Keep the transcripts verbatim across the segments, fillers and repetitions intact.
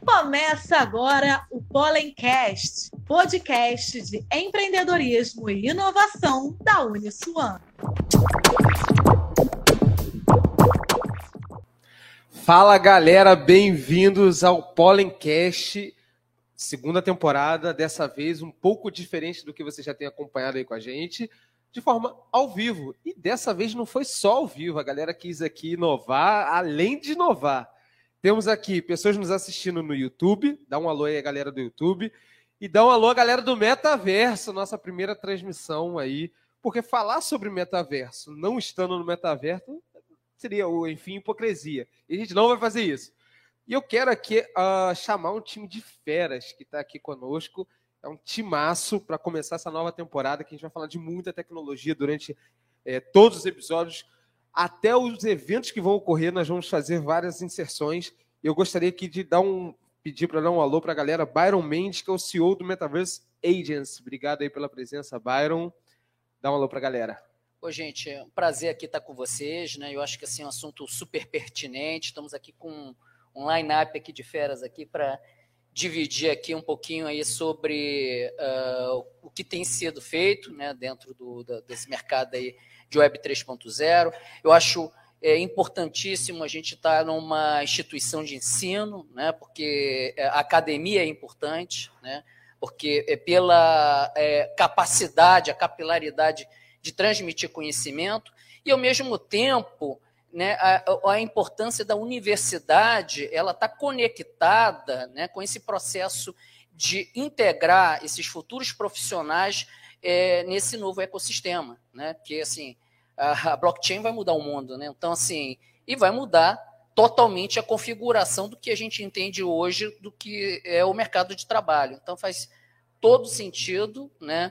Começa agora o Pollencast, podcast de empreendedorismo e inovação da Uniswan. Fala galera, bem-vindos ao Pollencast, segunda temporada, dessa vez um pouco diferente do que você já tem acompanhado aí com a gente, de forma ao vivo. E dessa vez não foi só ao vivo, a galera quis aqui inovar, além de inovar. Temos aqui pessoas nos assistindo no YouTube, dá um alô aí a galera do YouTube, e dá um alô a galera do Metaverso, nossa primeira transmissão aí, porque falar sobre Metaverso, não estando no Metaverso, seria, enfim, hipocrisia. E a gente não vai fazer isso. E eu quero aqui uh, chamar um time de feras que está aqui conosco, é um timaço para começar essa nova temporada, que a gente vai falar de muita tecnologia durante eh, todos os episódios. Até os eventos que vão ocorrer, nós vamos fazer várias inserções. Eu gostaria aqui de dar um, pedir para dar um alô para a galera. Byron Mendes, que é o C E O do Metaverse Agents. Obrigado aí pela presença, Byron. Dá um alô para a galera. Oi, gente, é um prazer aqui estar com vocês, né? Eu acho que assim, é um assunto super pertinente. Estamos aqui com um line-up aqui de feras aqui para dividir aqui um pouquinho aí sobre uh, o que tem sido feito, né, dentro do, da, desse mercado aí de Web três ponto zero. Eu acho é, importantíssimo a gente estar numa instituição de ensino, né, porque a academia é importante, né, porque é pela é, capacidade, a capilaridade de transmitir conhecimento e, ao mesmo tempo, né, a, a importância da universidade, ela está conectada, né, com esse processo de integrar esses futuros profissionais é, nesse novo ecossistema, né? Porque assim, a, a blockchain vai mudar o mundo, né? Então, assim, e vai mudar totalmente a configuração do que a gente entende hoje do que é o mercado de trabalho. Então, faz todo sentido, né?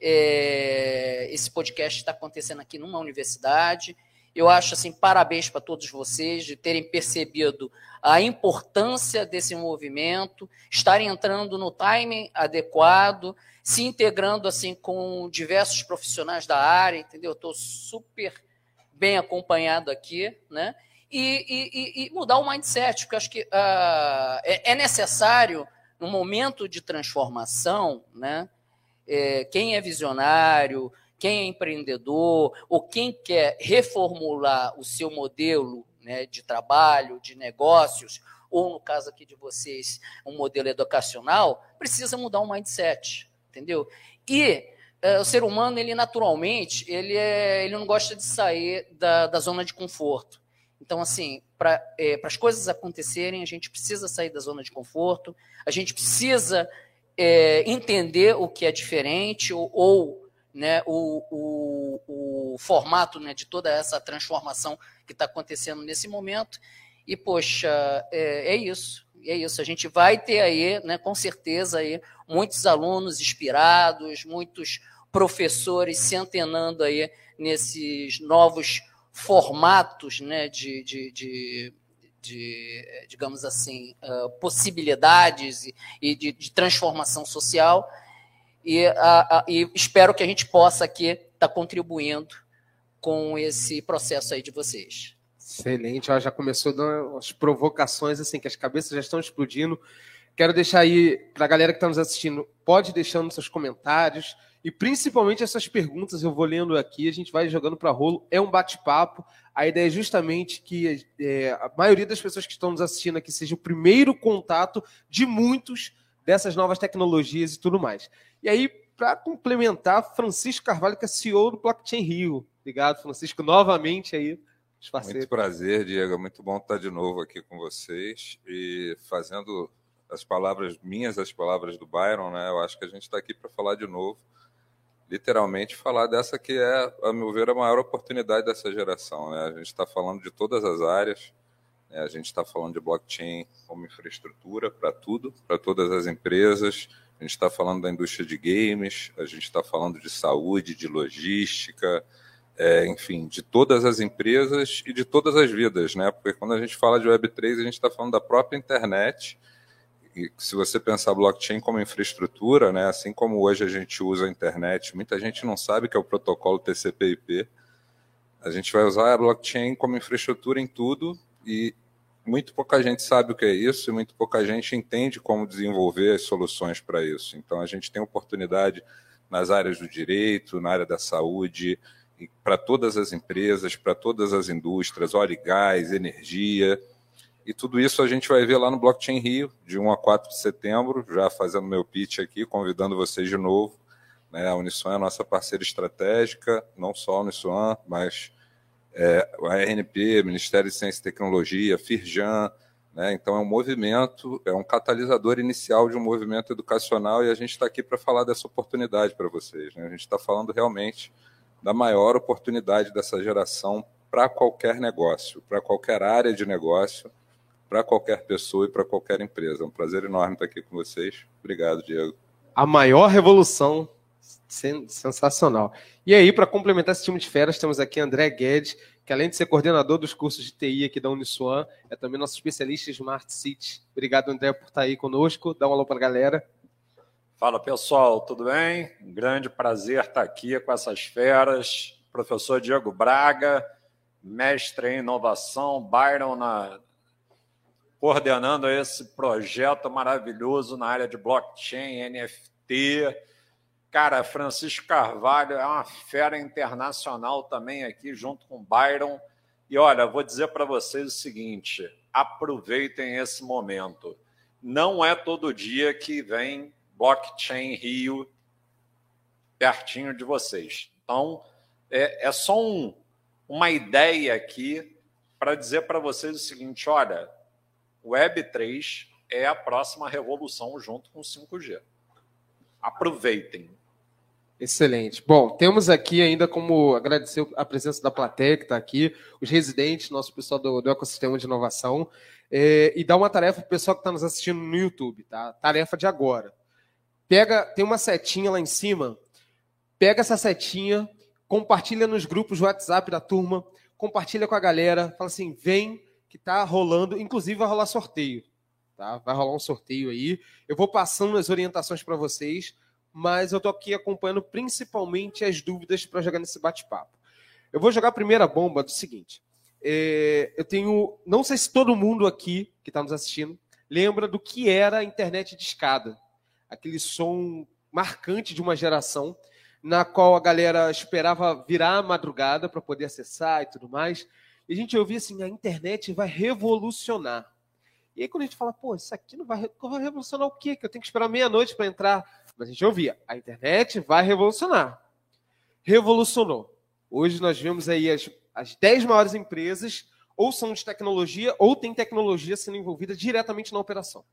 É, esse podcast está acontecendo aqui numa universidade. Eu acho assim, parabéns para todos vocês de terem percebido a importância desse movimento, estarem entrando no timing adequado, se integrando assim com diversos profissionais da área, entendeu? Estou super bem acompanhado aqui, né? E, e, e mudar o mindset, porque eu acho que uh, é, é necessário, no momento de transformação, né? É, quem é visionário, quem é empreendedor ou quem quer reformular o seu modelo, né, de trabalho, de negócios, ou, no caso aqui de vocês, um modelo educacional, precisa mudar o mindset, entendeu? E é, o ser humano, ele naturalmente, ele, é, ele não gosta de sair da, da zona de conforto. Então, assim, para é, as coisas acontecerem, a gente precisa sair da zona de conforto, a gente precisa é, entender o que é diferente ou, ou né, o, o, o formato, né, de toda essa transformação que está acontecendo nesse momento. E, poxa, é, é isso. É isso. A gente vai ter aí, né, com certeza, aí, muitos alunos inspirados, muitos professores se antenando aí nesses novos formatos, né, de, de, de, de digamos assim, uh, possibilidades e, e de, de transformação social. E, a, a, e espero que a gente possa aqui estar tá contribuindo com esse processo aí de vocês. Excelente, ó, já começou dando as provocações, assim, que as cabeças já estão explodindo. Quero deixar aí, para a galera que está nos assistindo, pode deixando seus comentários e principalmente essas perguntas eu vou lendo aqui, a gente vai jogando para rolo, é um bate-papo. A ideia é justamente que é, a maioria das pessoas que estão nos assistindo aqui seja o primeiro contato de muitos dessas novas tecnologias e tudo mais. E aí, para complementar, Francisco Carvalho, que é C E O do Blockchain Rio. Obrigado, Francisco, novamente aí. Muito prazer, Diego. É muito bom estar de novo aqui com vocês e fazendo as palavras minhas, as palavras do Byron, né? Eu acho que a gente está aqui para falar de novo, literalmente falar dessa que é, a meu ver, a maior oportunidade dessa geração, né? A gente está falando de todas as áreas, né? A gente está falando de blockchain como infraestrutura para tudo, para todas as empresas. A gente está falando da indústria de games, a gente está falando de saúde, de logística, é, enfim, de todas as empresas e de todas as vidas, né? Porque quando a gente fala de Web três, a gente está falando da própria internet. E se você pensar blockchain como infraestrutura, né, assim como hoje a gente usa a internet, muita gente não sabe que é o protocolo T C P/I P. A gente vai usar a blockchain como infraestrutura em tudo e muito pouca gente sabe o que é isso e muito pouca gente entende como desenvolver as soluções para isso. Então, a gente tem oportunidade nas áreas do direito, na área da saúde, para todas as empresas, para todas as indústrias, óleo e gás, energia. E tudo isso a gente vai ver lá no Blockchain Rio, de um a quatro de setembro, já fazendo meu pitch aqui, convidando vocês de novo. Né? A Uniswan é a nossa parceira estratégica, não só a Uniswan, mas é, a R N P, Ministério de Ciência e Tecnologia, Firjan. Né? Então, é um movimento, é um catalisador inicial de um movimento educacional e a gente está aqui para falar dessa oportunidade para vocês. Né? A gente está falando realmente da maior oportunidade dessa geração para qualquer negócio, para qualquer área de negócio, para qualquer pessoa e para qualquer empresa. É um prazer enorme estar aqui com vocês. Obrigado, Diego. A maior revolução, sensacional. E aí, para complementar esse time de feras, temos aqui André Guedes, que além de ser coordenador dos cursos de T I aqui da Uniswan, é também nosso especialista em Smart City. Obrigado, André, por estar aí conosco. Dá um alô para a galera. Fala, pessoal, tudo bem? Um grande prazer estar aqui com essas feras. Professor Diego Braga, mestre em inovação, Byron na... coordenando esse projeto maravilhoso na área de blockchain, N F T. Cara, Francisco Carvalho é uma fera internacional também aqui, junto com o Byron. E, olha, vou dizer para vocês o seguinte, aproveitem esse momento. Não é todo dia que vem Blockchain Rio pertinho de vocês. Então, é, é só um, uma ideia aqui para dizer para vocês o seguinte, olha, Web três é a próxima revolução junto com o cinco G. Aproveitem. Excelente. Bom, temos aqui ainda como agradecer a presença da plateia que está aqui, os residentes, nosso pessoal do, do ecossistema de inovação, é, e dar uma tarefa para o pessoal que está nos assistindo no YouTube, tá? Tarefa de agora. Pega, tem uma setinha lá em cima, pega essa setinha, compartilha nos grupos do WhatsApp da turma, compartilha com a galera, fala assim, vem que está rolando, inclusive vai rolar sorteio, tá? Vai rolar um sorteio aí. Eu vou passando as orientações para vocês, mas eu estou aqui acompanhando principalmente as dúvidas para jogar nesse bate-papo. Eu vou jogar a primeira bomba do seguinte. É, eu tenho, não sei se todo mundo aqui que está nos assistindo lembra do que era a internet de escada. Aquele som marcante de uma geração, na qual a galera esperava virar a madrugada para poder acessar e tudo mais. E a gente ouvia assim, a internet vai revolucionar. E aí quando a gente fala, pô, isso aqui não vai, vai revolucionar o quê? Que eu tenho que esperar meia-noite para entrar. Mas a gente ouvia, a internet vai revolucionar. Revolucionou. Hoje nós vemos aí as, as dez maiores empresas, ou são de tecnologia, ou tem tecnologia sendo envolvida diretamente na operação.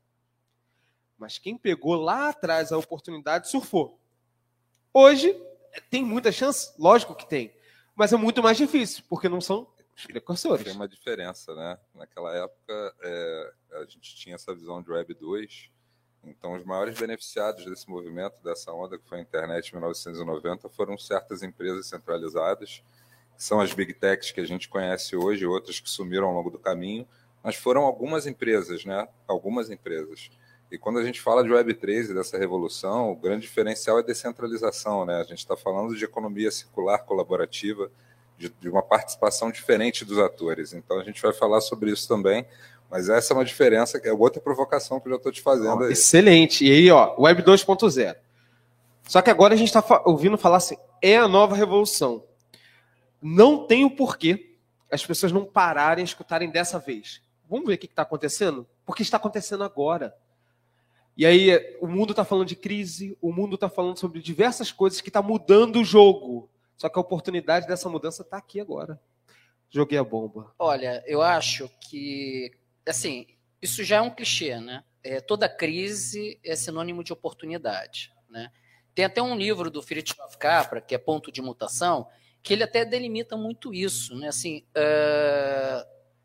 Mas quem pegou lá atrás a oportunidade surfou. Hoje, tem muita chance? Lógico que tem. Mas é muito mais difícil, porque não são os precursores. Tem uma diferença, né? Naquela época, é, a gente tinha essa visão de Web dois. Então, os maiores beneficiados desse movimento, dessa onda que foi a internet em mil novecentos e noventa, foram certas empresas centralizadas, que são as Big Techs que a gente conhece hoje, outras que sumiram ao longo do caminho, mas foram algumas empresas, né? Algumas empresas. E quando a gente fala de Web três e dessa revolução, o grande diferencial é descentralização, né? A gente está falando de economia circular colaborativa, de, de uma participação diferente dos atores. Então, a gente vai falar sobre isso também. Mas essa é uma diferença, que é outra provocação que eu já estou te fazendo aí. Excelente. E aí, ó, Web dois ponto zero. Só que agora a gente está fa- ouvindo falar assim, é a nova revolução. Não tem o porquê as pessoas não pararem, escutarem dessa vez. Vamos ver o que está acontecendo? Porque está acontecendo agora. E aí, o mundo está falando de crise, o mundo está falando sobre diversas coisas que está mudando o jogo. Só que a oportunidade dessa mudança está aqui agora. Joguei a bomba. Olha, eu acho que... Assim, isso já é um clichê, né? É, toda crise é sinônimo de oportunidade, né? Tem até um livro do Fritjof Capra, que é Ponto de Mutação, que ele até delimita muito isso, né? Assim, uh,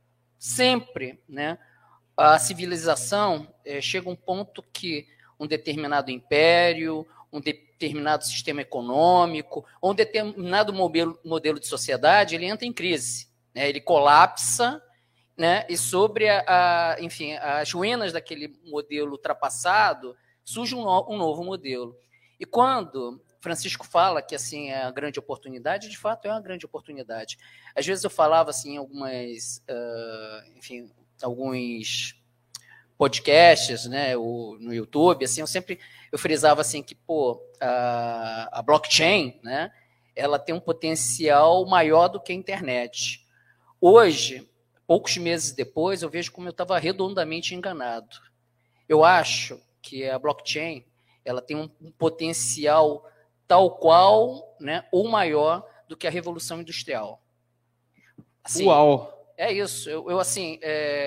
sempre, né? A civilização uh, chega a um ponto que um determinado império, um determinado sistema econômico, ou um determinado modelo, modelo de sociedade, ele entra em crise, né? Ele colapsa, né? E sobre a, a, enfim, as ruínas daquele modelo ultrapassado, surge um, no, um novo modelo. E quando Francisco fala que assim, é a grande oportunidade, de fato é uma grande oportunidade. Às vezes eu falava assim, em algumas, uh, enfim, alguns podcasts, né, o, no YouTube, assim, eu sempre eu frisava assim que pô, a, a blockchain, né, ela tem um potencial maior do que a internet. Hoje, poucos meses depois, eu vejo como eu estava redondamente enganado. Eu acho que a blockchain ela tem um, um potencial tal qual, né, ou maior do que a Revolução Industrial. Assim, Uau! É isso. Eu, eu assim,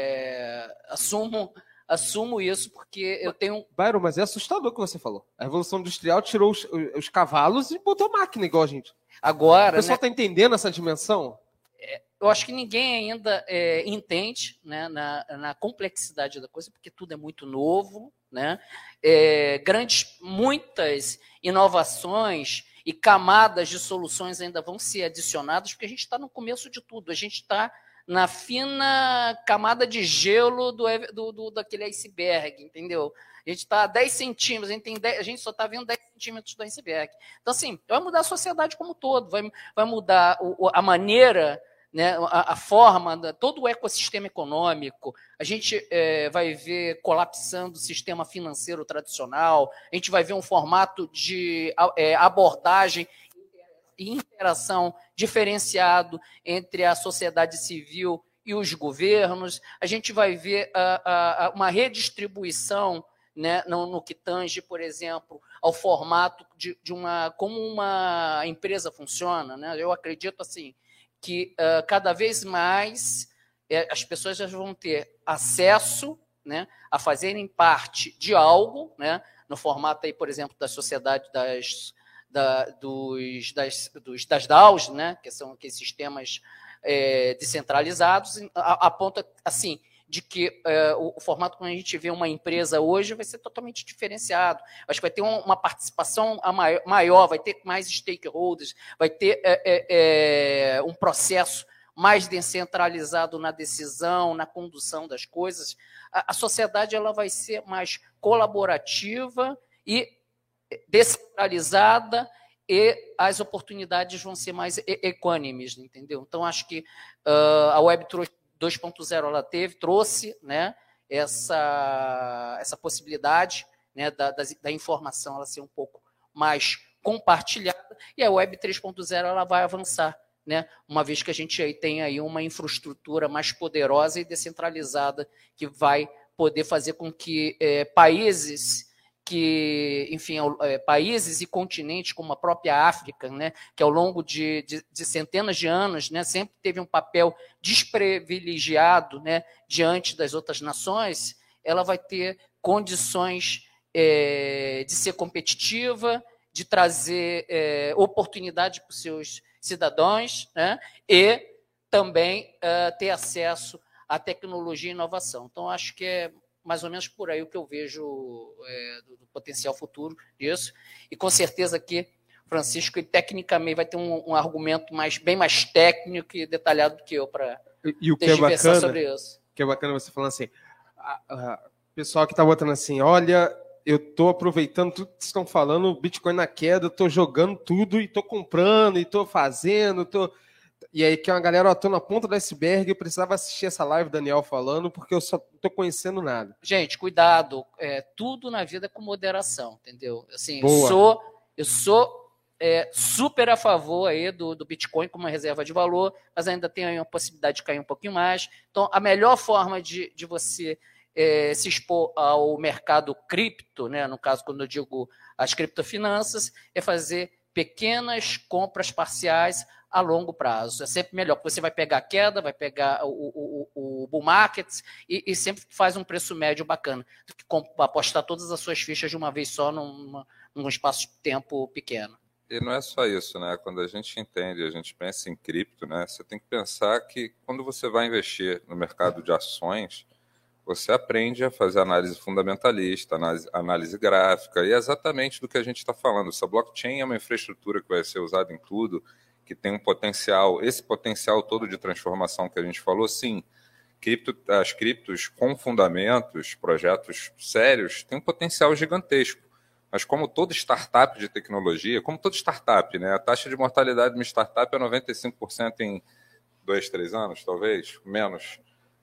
é, assumo, assumo isso porque eu tenho... Byron, mas é assustador o que você falou. A Revolução Industrial tirou os, os cavalos e botou máquina igual a gente. Agora, o pessoal está, né, entendendo essa dimensão? Eu acho que ninguém ainda é, entende, né, na, na complexidade da coisa, porque tudo é muito novo, né? É, grandes, muitas inovações e camadas de soluções ainda vão ser adicionadas, porque a gente está no começo de tudo. A gente está na fina camada de gelo do, do, do, daquele iceberg, entendeu? A gente está a dez centímetros, a gente, tem dez, a gente só está vendo dez centímetros do iceberg. Então, assim, vai mudar a sociedade como um todo, vai, vai mudar o, a maneira, né, a, a forma, todo o ecossistema econômico. A gente é, vai ver colapsando o sistema financeiro tradicional, a gente vai ver um formato de é, abordagem e interação diferenciado entre a sociedade civil e os governos. A gente vai ver a, a, uma redistribuição, né, no, no que tange, por exemplo, ao formato de, de uma como uma empresa funciona, né? Eu acredito assim que uh, cada vez mais é, as pessoas já vão ter acesso, né, a fazerem parte de algo, né, no formato aí, por exemplo, da sociedade das Da, dos, das, dos, das D A Os, né, que são aqueles sistemas é, descentralizados, a, a ponto assim, de que é, o, o formato como a gente vê uma empresa hoje vai ser totalmente diferenciado. Acho que vai ter um, uma participação maior, maior, vai ter mais stakeholders, vai ter é, é, é, um processo mais descentralizado na decisão, na condução das coisas. A, a sociedade ela vai ser mais colaborativa e descentralizada, e as oportunidades vão ser mais equânimes, entendeu? Então, acho que uh, a Web dois ponto zero ela teve, trouxe, né, essa, essa possibilidade, né, da, da, da informação ela ser um pouco mais compartilhada, e a Web três ponto zero ela vai avançar, né, uma vez que a gente aí tem aí uma infraestrutura mais poderosa e descentralizada que vai poder fazer com que é, países que, enfim, é, países e continentes como a própria África, né, que ao longo de, de, de centenas de anos, né, sempre teve um papel desprivilegiado, né, diante das outras nações, ela vai ter condições é, de ser competitiva, de trazer é, oportunidade para os seus cidadãos, né, e também é, ter acesso à tecnologia e inovação. Então, acho que é mais ou menos por aí o que eu vejo é, do, do potencial futuro disso. E com certeza que Francisco, tecnicamente, vai ter um, um argumento mais, bem mais técnico e detalhado do que eu para tergiversar é sobre isso. O que é bacana você falando assim, o pessoal que está botando assim, olha, eu estou aproveitando tudo que estão falando, Bitcoin na queda, eu estou jogando tudo e estou comprando, e estou fazendo, estou... E aí que é uma galera, ó, tô na ponta do iceberg, eu precisava assistir essa live, Daniel falando, porque eu só tô conhecendo nada. Gente, cuidado, é, tudo na vida é com moderação, entendeu? Assim, Boa. eu sou, eu sou é, super a favor aí do, do Bitcoin como uma reserva de valor, mas ainda tem aí uma possibilidade de cair um pouquinho mais. Então, a melhor forma de, de você é, se expor ao mercado cripto, né, no caso, quando eu digo as criptofinanças, é fazer pequenas compras parciais a longo prazo. É sempre melhor, porque você vai pegar a queda, vai pegar o, o, o, o bull market e, e sempre faz um preço médio bacana, do que apostar todas as suas fichas de uma vez só numa, num espaço de tempo pequeno. E não é só isso, né? Quando a gente entende, a gente pensa em cripto, né? Você tem que pensar que quando você vai investir no mercado de ações, você aprende a fazer análise fundamentalista, análise, análise gráfica, e é exatamente do que a gente está falando. Essa blockchain é uma infraestrutura que vai ser usada em tudo, que tem um potencial, esse potencial todo de transformação que a gente falou, sim, cripto, as criptos com fundamentos, projetos sérios, têm um potencial gigantesco. Mas como toda startup de tecnologia, como toda startup, né, a taxa de mortalidade de uma startup é noventa e cinco por cento em dois, três anos, talvez, menos.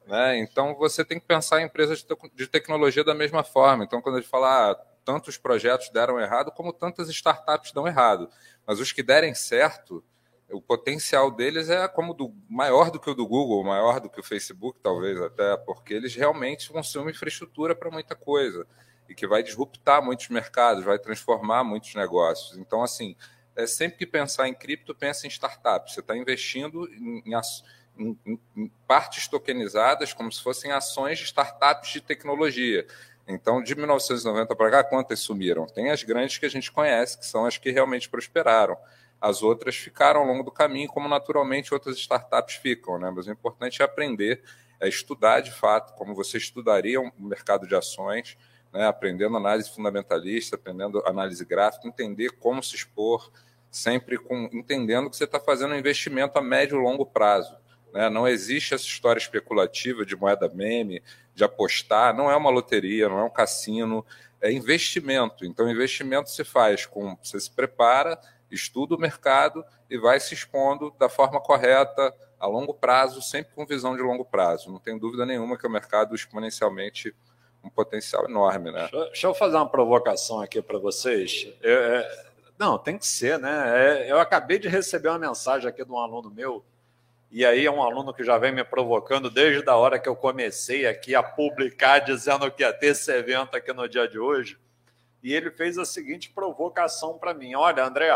Né? Então, você tem que pensar em empresas de tecnologia da mesma forma. Então, quando a gente fala, ah, tantos projetos deram errado, como tantas startups dão errado. Mas os que derem certo, o potencial deles é como do, maior do que o do Google, maior do que o Facebook, talvez até, porque eles realmente vão ser uma infraestrutura para muita coisa e que vai disruptar muitos mercados, vai transformar muitos negócios. Então, assim, é sempre que pensar em cripto, pensa em startups. Você está investindo em, em, em, em partes tokenizadas, como se fossem ações de startups de tecnologia. Então, de mil novecentos e noventa para cá, quantas sumiram? Tem as grandes que a gente conhece, que são as que realmente prosperaram. As outras ficaram ao longo do caminho, como naturalmente outras startups ficam, né? Mas o importante é aprender, é estudar de fato, como você estudaria um mercado de ações, né? Aprendendo análise fundamentalista, aprendendo análise gráfica, entender como se expor, sempre com, entendendo que você está fazendo um investimento a médio e longo prazo. Né? Não existe essa história especulativa de moeda meme, de apostar, não é uma loteria, não é um cassino, é investimento. Então, investimento se faz com, você se prepara, estuda o mercado e vai se expondo da forma correta, a longo prazo, sempre com visão de longo prazo. Não tem dúvida nenhuma que o mercado exponencialmente um potencial enorme, né? Deixa, deixa eu fazer uma provocação aqui para vocês. Eu, é, não, tem que ser, né? É, eu acabei de receber uma mensagem aqui de um aluno meu, e aí é um aluno que já vem me provocando desde a hora que eu comecei aqui a publicar, dizendo que ia ter esse evento aqui no dia de hoje. E ele fez a seguinte provocação para mim. Olha, André,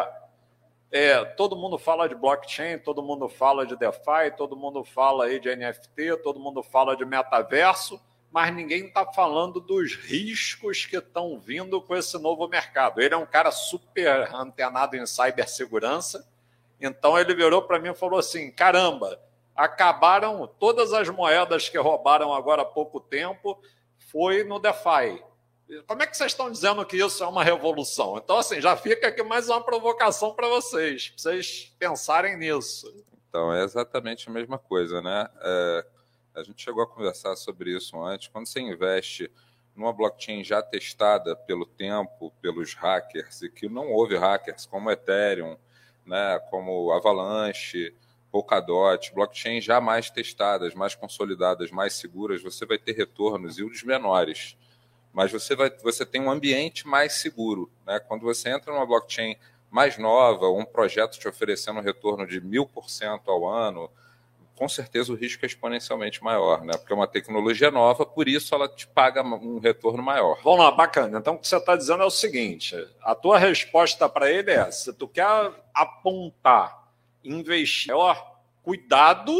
é, todo mundo fala de blockchain, todo mundo fala de DeFi, todo mundo fala aí de N F T, todo mundo fala de metaverso, mas ninguém está falando dos riscos que estão vindo com esse novo mercado. Ele é um cara super antenado em cibersegurança, então ele virou para mim e falou assim, caramba, acabaram todas as moedas que roubaram agora há pouco tempo, foi no DeFi. Como é que vocês estão dizendo que isso é uma revolução? Então, assim, já fica aqui mais uma provocação para vocês, para vocês pensarem nisso. Então, é exatamente a mesma coisa, né? É, a gente chegou a conversar sobre isso antes. Quando você investe numa blockchain já testada pelo tempo, pelos hackers, e que não houve hackers, como Ethereum, né, como Avalanche, Polkadot, blockchain já mais testadas, mais consolidadas, mais seguras, você vai ter retornos yields menores. Mas você, vai, você tem um ambiente mais seguro. Né? Quando você entra numa blockchain mais nova, um projeto te oferecendo um retorno de mil por cento ao ano, com certeza o risco é exponencialmente maior, né? Porque é uma tecnologia nova, por isso ela te paga um retorno maior. Vamos lá, bacana. Então, o que você está dizendo é o seguinte, a tua resposta para ele é, se tu quer apontar, investir, maior cuidado,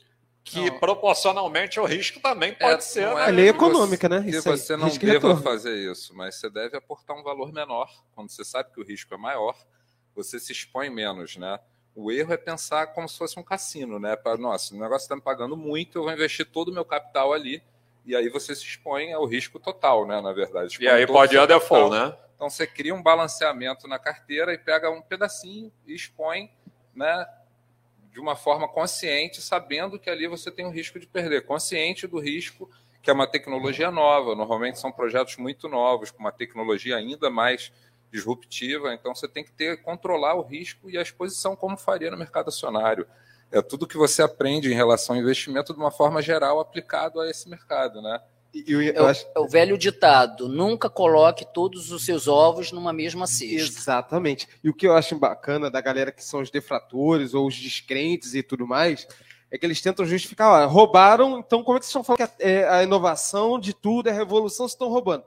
que não. Proporcionalmente o risco também pode é, ser. É a lei econômica, né? Que você não deva fazer isso, mas você deve aportar um valor menor. Quando você sabe que o risco é maior, você se expõe menos, né? O erro é pensar como se fosse um cassino, né? Para, nossa, o negócio está me pagando muito, eu vou investir todo o meu capital ali, e aí você se expõe ao risco total, né? Na verdade. Expõe e aí pode ir a default, né? Então você cria um balanceamento na carteira e pega um pedacinho e expõe, né? De uma forma consciente, sabendo que ali você tem o risco de perder. Consciente do risco, que é uma tecnologia nova. Normalmente são projetos muito novos, com uma tecnologia ainda mais disruptiva. Então você tem que ter, controlar o risco e a exposição como faria no mercado acionário. É tudo que você aprende em relação ao investimento de uma forma geral aplicado a esse mercado, né? Eu, eu é, acho... é o velho ditado, nunca coloque todos os seus ovos numa mesma cesta. Exatamente. E o que eu acho bacana da galera que são os defratores ou os descrentes e tudo mais, é que eles tentam justificar, ó, roubaram, então como é que vocês estão falando que a, é, a inovação de tudo, é a revolução, vocês estão roubando?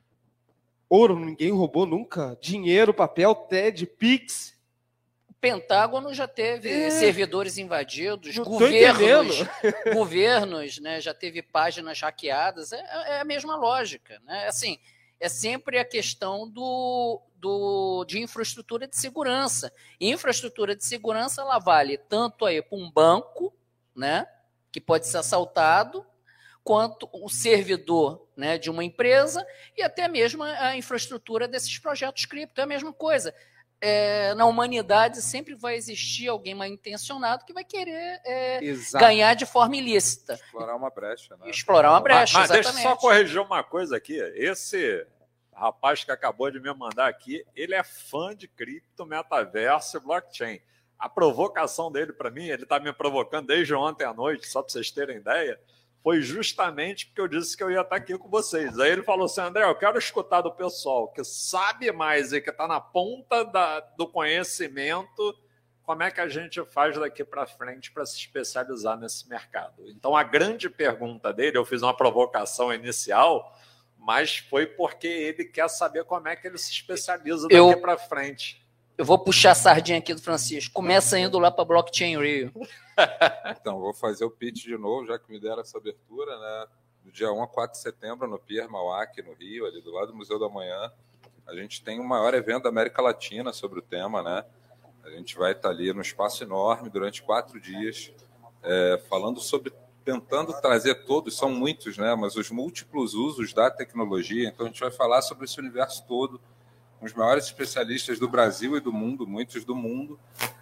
Ouro, ninguém roubou nunca. Dinheiro, papel, T E D, Pix... Pentágono já teve é. servidores invadidos, governos, governos, né, já teve páginas hackeadas, é, é a mesma lógica, né? Assim, é sempre a questão do, do, de infraestrutura de segurança. E infraestrutura de segurança ela vale tanto aí para um banco, né, que pode ser assaltado, quanto o servidor, né, de uma empresa e até mesmo a infraestrutura desses projetos cripto, é a mesma coisa. É, na humanidade sempre vai existir alguém mal intencionado que vai querer é, ganhar de forma ilícita. Explorar uma brecha, né? Explorar uma brecha, mas, mas exatamente. Deixa eu só corrigir uma coisa aqui. Esse rapaz que acabou de me mandar aqui, ele é fã de cripto, metaverso e blockchain. A provocação dele para mim, ele está me provocando desde ontem à noite, só para vocês terem ideia, foi justamente porque eu disse que eu ia estar aqui com vocês. Aí ele falou assim, André, eu quero escutar do pessoal que sabe mais e que está na ponta da, do conhecimento, como é que a gente faz daqui para frente para se especializar nesse mercado. Então, a grande pergunta dele, eu fiz uma provocação inicial, mas foi porque ele quer saber como é que ele se especializa daqui eu... para frente. Eu vou puxar a sardinha aqui do Francisco. Começa indo lá para Blockchain Rio. Então, vou fazer o pitch de novo, já que me deram essa abertura, né? Do dia um a quatro de setembro, no Pier Mauá, aqui no Rio, ali do lado do Museu da Manhã. A gente tem o maior evento da América Latina sobre o tema, né? A gente vai estar ali num espaço enorme durante quatro dias, é, falando sobre, tentando trazer todos, são muitos, né? Mas os múltiplos usos da tecnologia. Então, a gente vai falar sobre esse universo todo, os maiores especialistas do Brasil e do mundo, muitos do mundo.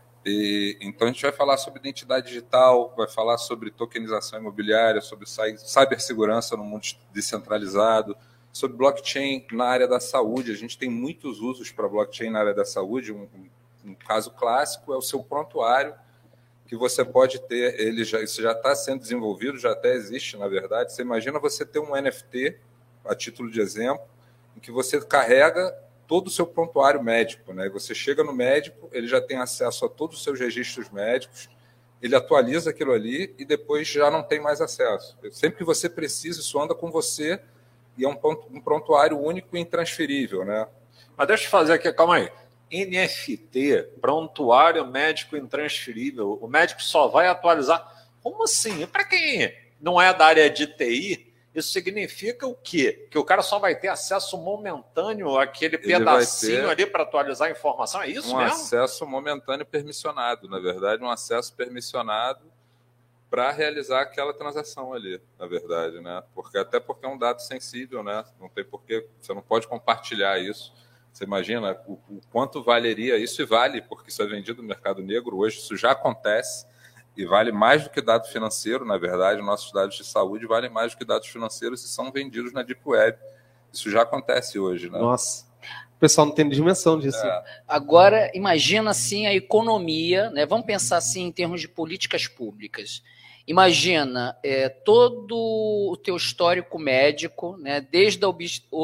E, então, a gente vai falar sobre identidade digital, vai falar sobre tokenização imobiliária, sobre cibersegurança no mundo descentralizado, sobre blockchain na área da saúde. A gente tem muitos usos para blockchain na área da saúde. Um, um caso clássico é o seu prontuário, que você pode ter, ele já, isso já está sendo desenvolvido, já até existe, na verdade. Você imagina você ter um N F T, a título de exemplo, em que você carrega todo o seu prontuário médico, né? Você chega no médico, ele já tem acesso a todos os seus registros médicos, ele atualiza aquilo ali e depois já não tem mais acesso. Sempre que você precisa, isso anda com você e é um, ponto, um prontuário único e intransferível, né? Mas deixa eu fazer aqui, calma aí. N F T, prontuário médico intransferível, o médico só vai atualizar. Como assim? Para quem não é da área de T I, isso significa o quê? Que o cara só vai ter acesso momentâneo àquele Ele pedacinho ali para atualizar a informação? É isso um mesmo? Um acesso momentâneo permissionado, na verdade, um acesso permissionado para realizar aquela transação ali, na verdade, né? Porque, até porque é um dado sensível, né? Não tem porquê, você não pode compartilhar isso. Você imagina o, o quanto valeria isso, e vale, porque isso é vendido no mercado negro hoje, isso já acontece. E vale mais do que dado financeiro, na verdade, nossos dados de saúde valem mais do que dados financeiros e são vendidos na Deep Web. Isso já acontece hoje, né? Nossa, o pessoal não tem dimensão disso. É. Agora, imagina assim a economia, né? Vamos pensar assim em termos de políticas públicas. Imagina é, todo o teu histórico médico, né? Desde a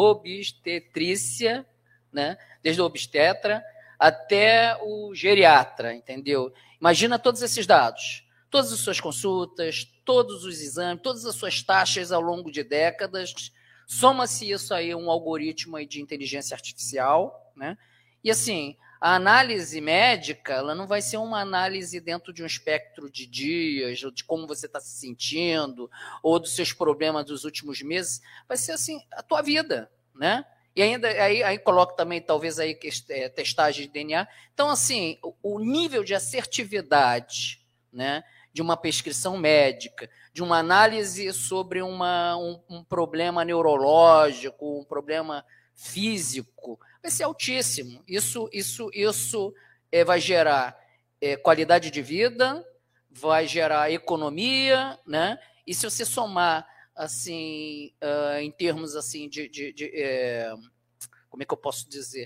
obstetrícia, né? Desde o obstetra até o geriatra, entendeu? Imagina todos esses dados, todas as suas consultas, todos os exames, todas as suas taxas ao longo de décadas, soma-se isso aí a um algoritmo aí de inteligência artificial, né? E assim, a análise médica, ela não vai ser uma análise dentro de um espectro de dias, ou de como você está se sentindo, ou dos seus problemas dos últimos meses, vai ser assim, a tua vida, né? E ainda aí, aí coloco também, talvez, aí, é, testagem de D N A. Então, assim, o, o nível de assertividade, né, de uma prescrição médica, de uma análise sobre uma, um, um problema neurológico, um problema físico, vai ser altíssimo. Isso, isso, isso é, vai gerar é, qualidade de vida, vai gerar economia, né? E se você somar assim, uh, em termos assim de, de, de é, como é que eu posso dizer,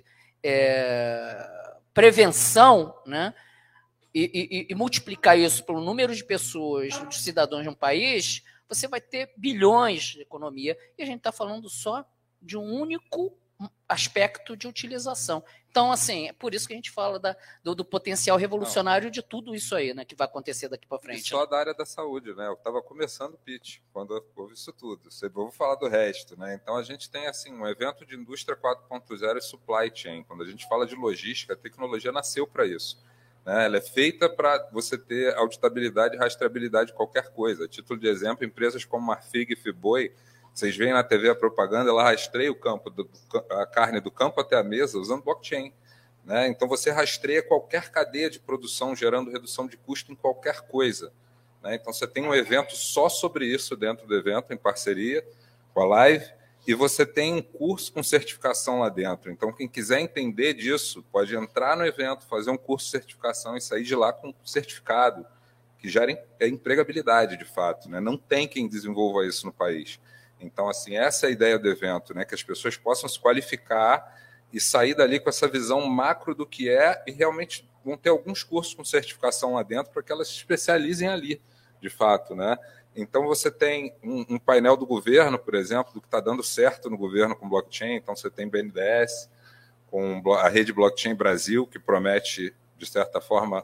é, prevenção, né? E, e, e multiplicar isso pelo número de pessoas, de cidadãos de um país, você vai ter bilhões de economia. E a gente está falando só de um único aspecto de utilização. Então, assim, é por isso que a gente fala da, do, do potencial revolucionário Não. de tudo isso aí, né, que vai acontecer daqui para frente. E só da área da saúde, né? Eu estava começando o pitch quando houve isso tudo. Eu vou falar do resto, né? Então, a gente tem, assim, um evento de indústria quatro ponto zero e supply chain. Quando a gente fala de logística, a tecnologia nasceu para isso. Né? Ela é feita para você ter auditabilidade e rastreabilidade de qualquer coisa. A título de exemplo, empresas como Marfrig e Friboi, vocês veem na T V a propaganda, ela rastreia o campo do, a carne do campo até a mesa usando blockchain. Né? Então, você rastreia qualquer cadeia de produção, gerando redução de custo em qualquer coisa. Né? Então, você tem um evento só sobre isso dentro do evento, em parceria com a Live, e você tem um curso com certificação lá dentro. Então, quem quiser entender disso, pode entrar no evento, fazer um curso de certificação e sair de lá com um certificado, que gera empregabilidade, de fato. Né? Não tem quem desenvolva isso no país. Então, assim, essa é a ideia do evento, né? Que as pessoas possam se qualificar e sair dali com essa visão macro do que é, e realmente vão ter alguns cursos com certificação lá dentro para que elas se especializem ali, de fato, né? Então, você tem um, um painel do governo, por exemplo, do que está dando certo no governo com blockchain. Então, você tem B N D E S, com a rede Blockchain Brasil, que promete, de certa forma,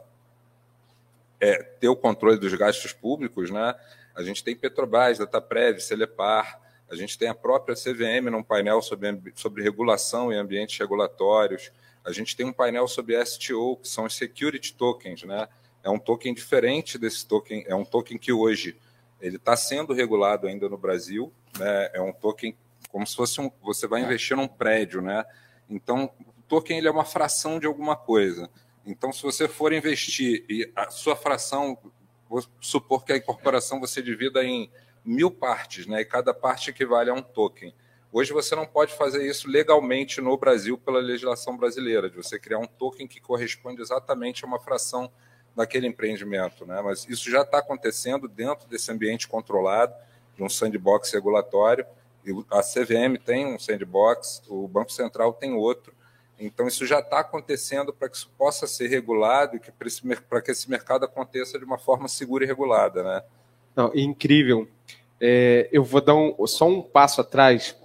é, ter o controle dos gastos públicos, né? A gente tem Petrobras, Dataprev, Celepar, a gente tem a própria C V M num painel sobre, sobre regulação e ambientes regulatórios, a gente tem um painel sobre S T O, que são os Security Tokens, né? É um token diferente desse token, é um token que hoje ele está sendo regulado ainda no Brasil, né? É um token como se fosse um, você vai investir num prédio, né? Então, o token ele é uma fração de alguma coisa. Então, se você for investir e a sua fração, vou supor que a incorporação você divida em mil partes, né? E cada parte equivale a um token. Hoje você não pode fazer isso legalmente no Brasil pela legislação brasileira, de você criar um token que corresponde exatamente a uma fração daquele empreendimento, né? Mas isso já está acontecendo dentro desse ambiente controlado, de um sandbox regulatório. A C V M tem um sandbox, o Banco Central tem outro. Então, isso já está acontecendo para que isso possa ser regulado e que para que esse mercado aconteça de uma forma segura e regulada, né? Não, incrível. É, eu vou dar um, só um passo atrás.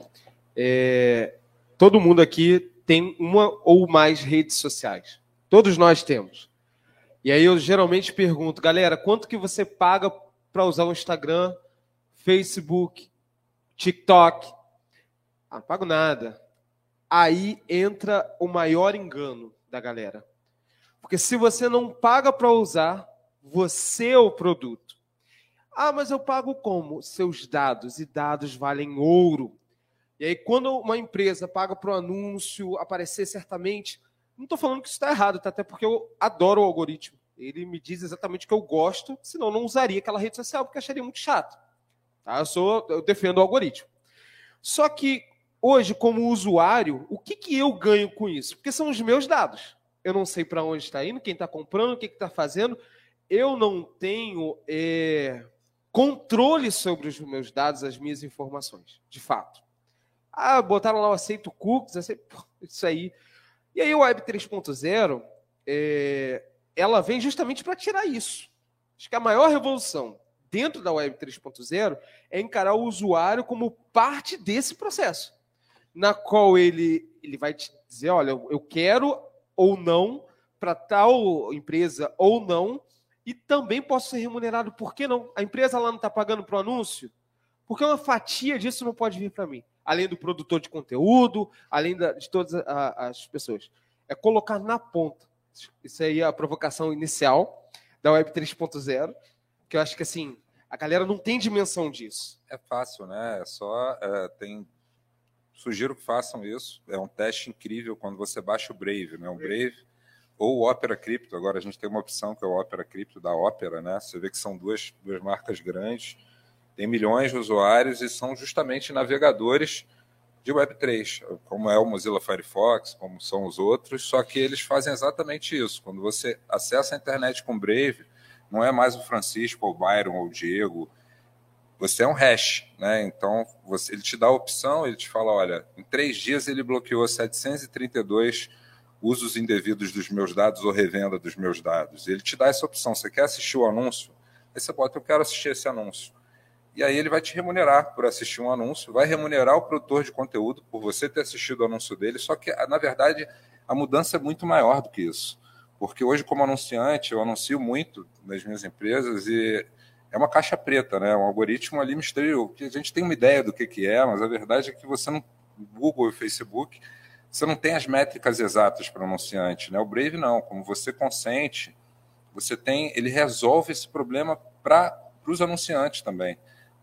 É, todo mundo aqui tem uma ou mais redes sociais. Todos nós temos. E aí eu geralmente pergunto, galera, quanto que você paga para usar o Instagram, Facebook, TikTok? Ah, não pago nada. Aí entra o maior engano da galera. Porque se você não paga para usar, você é o produto. Ah, mas eu pago como? Seus dados. E dados valem ouro. E aí, quando uma empresa paga para o anúncio aparecer certamente, não estou falando que isso está errado, tá? Até porque eu adoro o algoritmo. Ele me diz exatamente o que eu gosto, senão eu não usaria aquela rede social, porque acharia muito chato. Tá? Eu, sou, eu defendo o algoritmo. Só que, hoje, como usuário, o que, que eu ganho com isso? Porque são os meus dados. Eu não sei para onde está indo, quem está comprando, o que está fazendo. Eu não tenho é, controle sobre os meus dados, as minhas informações, de fato. Ah, botaram lá o aceito cookies, aceito, isso aí. E aí o Web três ponto zero, é, ela vem justamente para tirar isso. Acho que a maior revolução dentro da Web três ponto zero é encarar o usuário como parte desse processo, na qual ele, ele vai te dizer, olha, eu quero ou não para tal empresa ou não, e também posso ser remunerado, por que não? A empresa lá não está pagando para o anúncio? Porque uma fatia disso não pode vir para mim, além do produtor de conteúdo, além da, de todas a, as pessoas. É colocar na ponta. Isso aí é a provocação inicial da Web três ponto zero, que eu acho que assim, a galera não tem dimensão disso. É fácil, né? É só é, tem. Sugiro que façam isso. É um teste incrível quando você baixa o Brave, né? O Brave ou o Opera Crypto. Agora a gente tem uma opção que é o Opera Crypto da Opera, né? Você vê que são duas, duas marcas grandes, tem milhões de usuários e são justamente navegadores de Web três, como é o Mozilla Firefox, como são os outros, só que eles fazem exatamente isso. Quando você acessa a internet com Brave, não é mais o Francisco, ou o Byron, ou o Diego, você é um hash, né? Então, você, ele te dá a opção, ele te fala, olha, em três dias ele bloqueou setecentos e trinta e dois usos indevidos dos meus dados ou revenda dos meus dados. Ele te dá essa opção, você quer assistir o anúncio? Aí você bota, eu quero assistir esse anúncio. E aí ele vai te remunerar por assistir um anúncio, vai remunerar o produtor de conteúdo por você ter assistido o anúncio dele, só que, na verdade, a mudança é muito maior do que isso. Porque hoje, como anunciante, eu anuncio muito nas minhas empresas e é uma caixa preta, né? Um algoritmo ali misterioso, que a gente tem uma ideia do que, que é, mas a verdade é que você não, Google e Facebook, você não tem as métricas exatas para o anunciante, né? O Brave não, como você consente, você tem, ele resolve esse problema para os anunciantes também.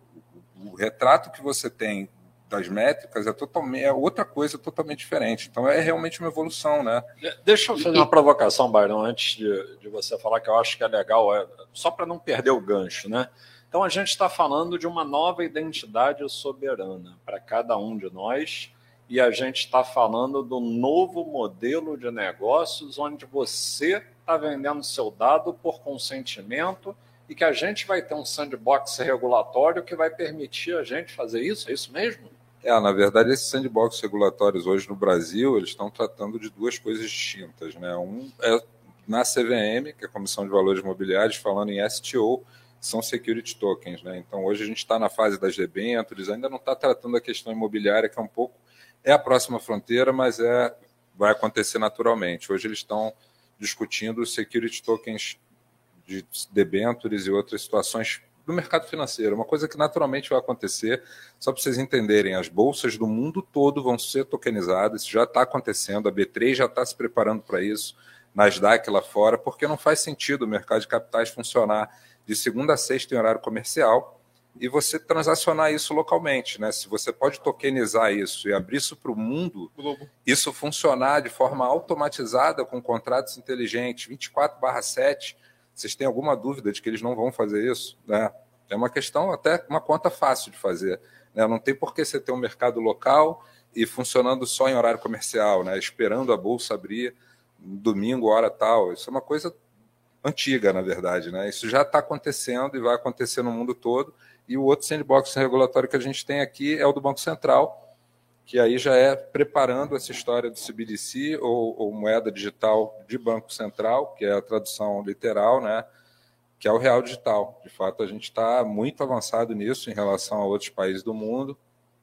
O retrato que você tem das métricas é, totalmente, é outra coisa totalmente diferente. Então, é realmente uma evolução, né? Deixa eu fazer uma provocação, Byron, antes de, de você falar, que eu acho que é legal, é, só para não perder o gancho, né? Então, a gente está falando de uma nova identidade soberana para cada um de nós e a gente está falando do novo modelo de negócios onde você está vendendo seu dado por consentimento e que a gente vai ter um sandbox regulatório que vai permitir a gente fazer isso? É isso mesmo? É, na verdade, esses sandbox regulatórios hoje no Brasil, eles estão tratando de duas coisas distintas, né? Um é na C V M, que é a Comissão de Valores Imobiliários, falando em S T O, são security tokens, né? Então, hoje a gente está na fase das debêntures, ainda não está tratando a questão imobiliária, que é um pouco... É a próxima fronteira, mas é, vai acontecer naturalmente. Hoje eles estão discutindo os security tokens de debêntures e outras situações do mercado financeiro, uma coisa que naturalmente vai acontecer. Só para vocês entenderem, as bolsas do mundo todo vão ser tokenizadas, isso já está acontecendo, a B três já está se preparando para isso, Nasdaq lá fora, porque não faz sentido o mercado de capitais funcionar de segunda a sexta em horário comercial e você transacionar isso localmente, né? Se você pode tokenizar isso e abrir isso para o mundo, isso funcionar de forma automatizada com contratos inteligentes, vinte e quatro barra sete, vocês têm alguma dúvida de que eles não vão fazer isso? Né? É uma questão, até uma conta fácil de fazer. Né? Não tem por que você ter um mercado local e funcionando só em horário comercial, né? Esperando a bolsa abrir domingo, hora tal. Isso é uma coisa antiga, na verdade. Né? Isso já está acontecendo e vai acontecer no mundo todo. E o outro sandbox regulatório que a gente tem aqui é o do Banco Central, que aí já é preparando essa história do C B D C, ou, ou moeda digital de Banco Central, que é a tradução literal, né? Que é o real digital. De fato, a gente está muito avançado nisso em relação a outros países do mundo,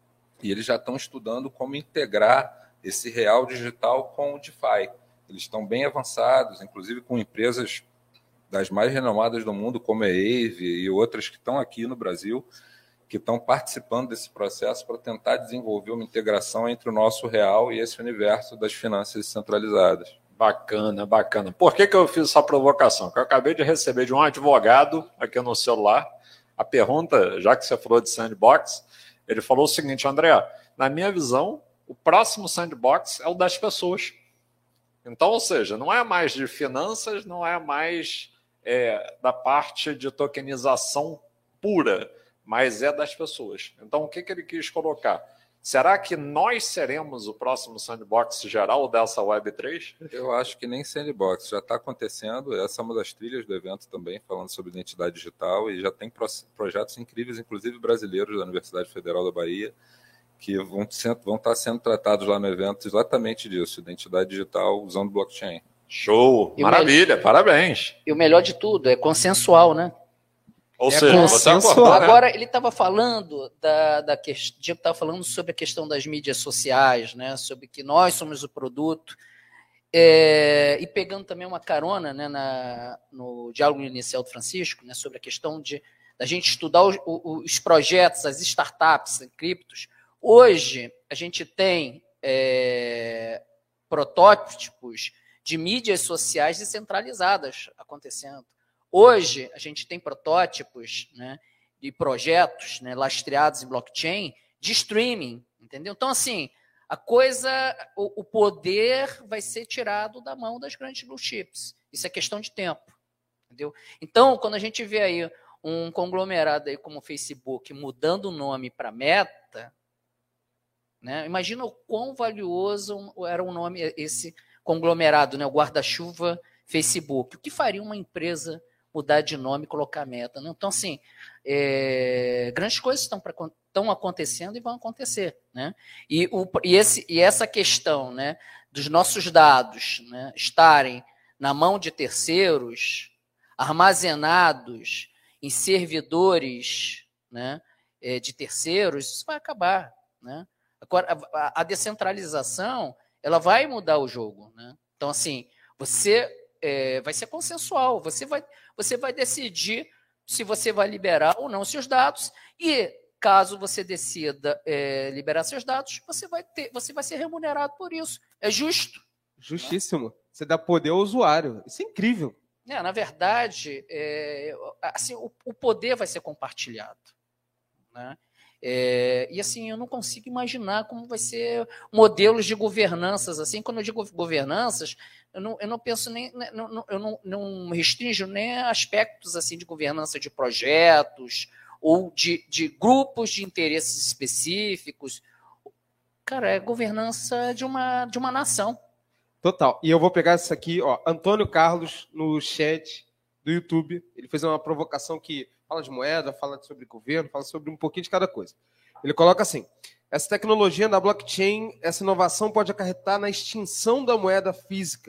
e eles já estão estudando como integrar esse real digital com o DeFi. Eles estão bem avançados, inclusive com empresas das mais renomadas do mundo, como a Aave e outras que estão aqui no Brasil, que estão participando desse processo para tentar desenvolver uma integração entre o nosso real e esse universo das finanças centralizadas. Bacana, bacana. Por que, que eu fiz essa provocação? Porque eu acabei de receber de um advogado aqui no celular a pergunta, já que você falou de sandbox, ele falou o seguinte: André, na minha visão, o próximo sandbox é o das pessoas. Então, ou seja, não é mais de finanças, não é mais é, da parte de tokenização pura, mas é das pessoas. Então, o que, que ele quis colocar? Será que nós seremos o próximo sandbox geral dessa Web três? Eu acho que nem sandbox, já está acontecendo. Essa é uma das trilhas do evento também, falando sobre identidade digital, e já tem projetos incríveis, inclusive brasileiros da Universidade Federal da Bahia, que vão, vão estar sendo tratados lá no evento exatamente disso, identidade digital usando blockchain. Show! E maravilha, melhor, parabéns! E o melhor de tudo, é consensual, né? Ou é seja, você acordou, né? Agora, ele estava falando, da, da que... Diego estava falando sobre a questão das mídias sociais, né? Sobre que nós somos o produto, é... e pegando também uma carona, né, na, no diálogo inicial do Francisco, né, sobre a questão de da gente estudar os, os projetos, as startups, as criptos. Hoje, a gente tem é... protótipos de mídias sociais descentralizadas acontecendo. Hoje, a gente tem protótipos, né, de projetos, né, lastreados em blockchain de streaming, entendeu? Então, assim, a coisa, o, o poder vai ser tirado da mão das grandes blue chips. Isso é questão de tempo, entendeu? Então, quando a gente vê aí um conglomerado aí como o Facebook mudando o nome para Meta, né, imagina o quão valioso era o nome, esse conglomerado, né, o guarda-chuva Facebook. O que faria uma empresa mudar de nome e colocar Meta? Né? Então, assim, é, grandes coisas estão, pra, estão acontecendo e vão acontecer. Né? E, o, e, esse, e essa questão, né, dos nossos dados, né, estarem na mão de terceiros, armazenados em servidores, né, de terceiros, isso vai acabar. Né? Agora, a, a descentralização, ela vai mudar o jogo. Né? Então, assim, você é, vai ser consensual, você vai, você vai decidir se você vai liberar ou não seus dados, e caso você decida é, liberar seus dados, você vai, ter, você vai ser remunerado por isso. É justo. Justíssimo. Né? Você dá poder ao usuário. Isso é incrível. É, na verdade, é, assim, o, o poder vai ser compartilhado. Né? É, e assim, eu não consigo imaginar como vai ser modelos de governanças. Assim, quando eu digo governanças, eu não, eu não penso nem, não, eu não, não restringo nem aspectos assim de governança de projetos ou de, de grupos de interesses específicos. Cara, é governança de uma, de uma nação. Total. E eu vou pegar isso aqui, ó, Antônio Carlos, no chat do YouTube. Ele fez uma provocação que fala de moeda, fala sobre governo, fala sobre um pouquinho de cada coisa. Ele coloca assim: essa tecnologia da blockchain, essa inovação pode acarretar na extinção da moeda física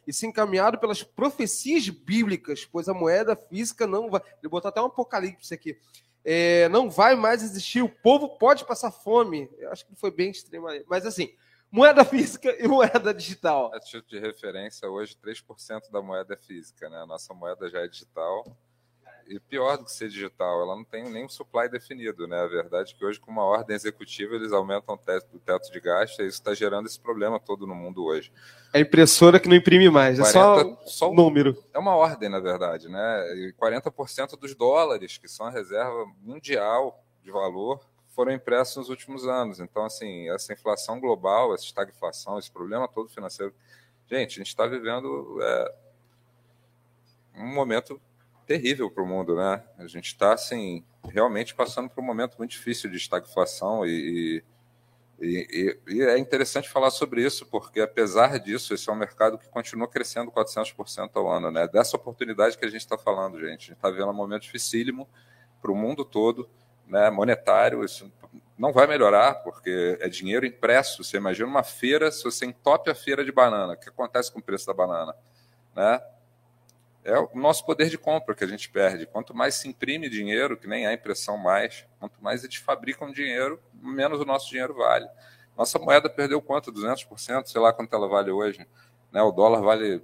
e se encaminhado pelas profecias bíblicas, pois a moeda física não vai... Ele botou até um apocalipse aqui. É, não vai mais existir, o povo pode passar fome. Eu acho que foi bem extremo ali. Mas assim, moeda física e moeda digital. A título de referência, hoje três por cento da moeda é física, né? A nossa moeda já é digital. E pior do que ser digital, ela não tem nem um supply definido, né? A verdade é que hoje, com uma ordem executiva, eles aumentam o teto, o teto de gasto, e isso está gerando esse problema todo no mundo hoje. É a impressora que não imprime mais, é quarenta, só o número. É uma ordem, na verdade, né? E quarenta por cento dos dólares, que são a reserva mundial de valor, foram impressos nos últimos anos. Então, assim, essa inflação global, essa estagflação, esse problema todo financeiro... Gente, a gente está vivendo é, um momento terrível para o mundo, né? A gente está, assim, realmente passando por um momento muito difícil de estagflação e, e, e, e é interessante falar sobre isso, porque, apesar disso, esse é um mercado que continua crescendo quatrocentos por cento ao ano, né? Dessa oportunidade que a gente está falando, gente. A gente está vendo um momento dificílimo para o mundo todo, né? Monetário, isso não vai melhorar, porque é dinheiro impresso. Você imagina uma feira, se você entope a feira de banana, o que acontece com o preço da banana, né? É o nosso poder de compra que a gente perde. Quanto mais se imprime dinheiro, que nem há impressão mais, quanto mais eles fabricam dinheiro, menos o nosso dinheiro vale. Nossa moeda perdeu quanto? duzentos por cento? Sei lá quanto ela vale hoje. Né? O dólar vale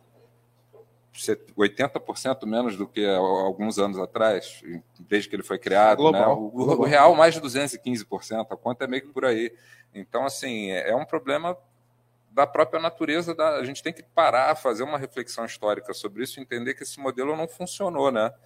oitenta por cento menos do que há alguns anos atrás, desde que ele foi criado. Né? O, o real mais de duzentos e quinze por cento, a conta é meio que por aí. Então, assim, é um problema da própria natureza, da, a gente tem que parar, fazer uma reflexão histórica sobre isso, entender que esse modelo não funcionou, né?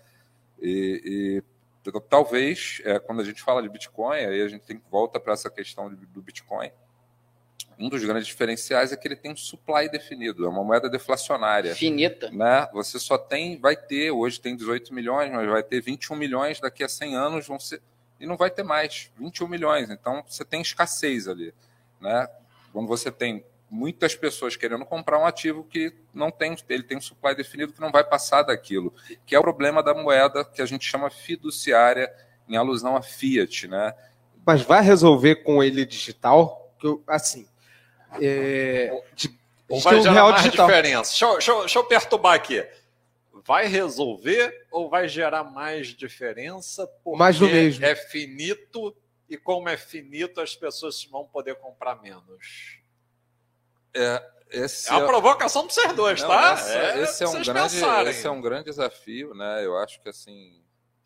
E, e talvez, é, quando a gente fala de Bitcoin, aí a gente tem que voltar para essa questão do Bitcoin. Um dos grandes diferenciais é que ele tem um supply definido, é uma moeda deflacionária. Finita. Né? Você só tem, vai ter, hoje tem dezoito milhões, mas vai ter vinte e um milhões, daqui a cem anos vão ser, e não vai ter mais, vinte e um milhões. Então, você tem escassez ali, né? Quando você tem muitas pessoas querendo comprar um ativo que não tem, ele tem um supply definido que não vai passar daquilo, que é o problema da moeda que a gente chama fiduciária, em alusão a fiat, né? Mas vai resolver com ele digital? Que eu, assim, é, de, ou vai um gerar real mais digital. Diferença? Deixa eu, deixa, eu, deixa eu perturbar aqui. Vai resolver ou vai gerar mais diferença? Porque mais do mesmo. É finito e como é finito as pessoas vão poder comprar menos. É, esse é uma é... provocação para vocês dois, não, tá? Essa, é, esse, é um grande, esse é um grande desafio, né? Eu acho que assim,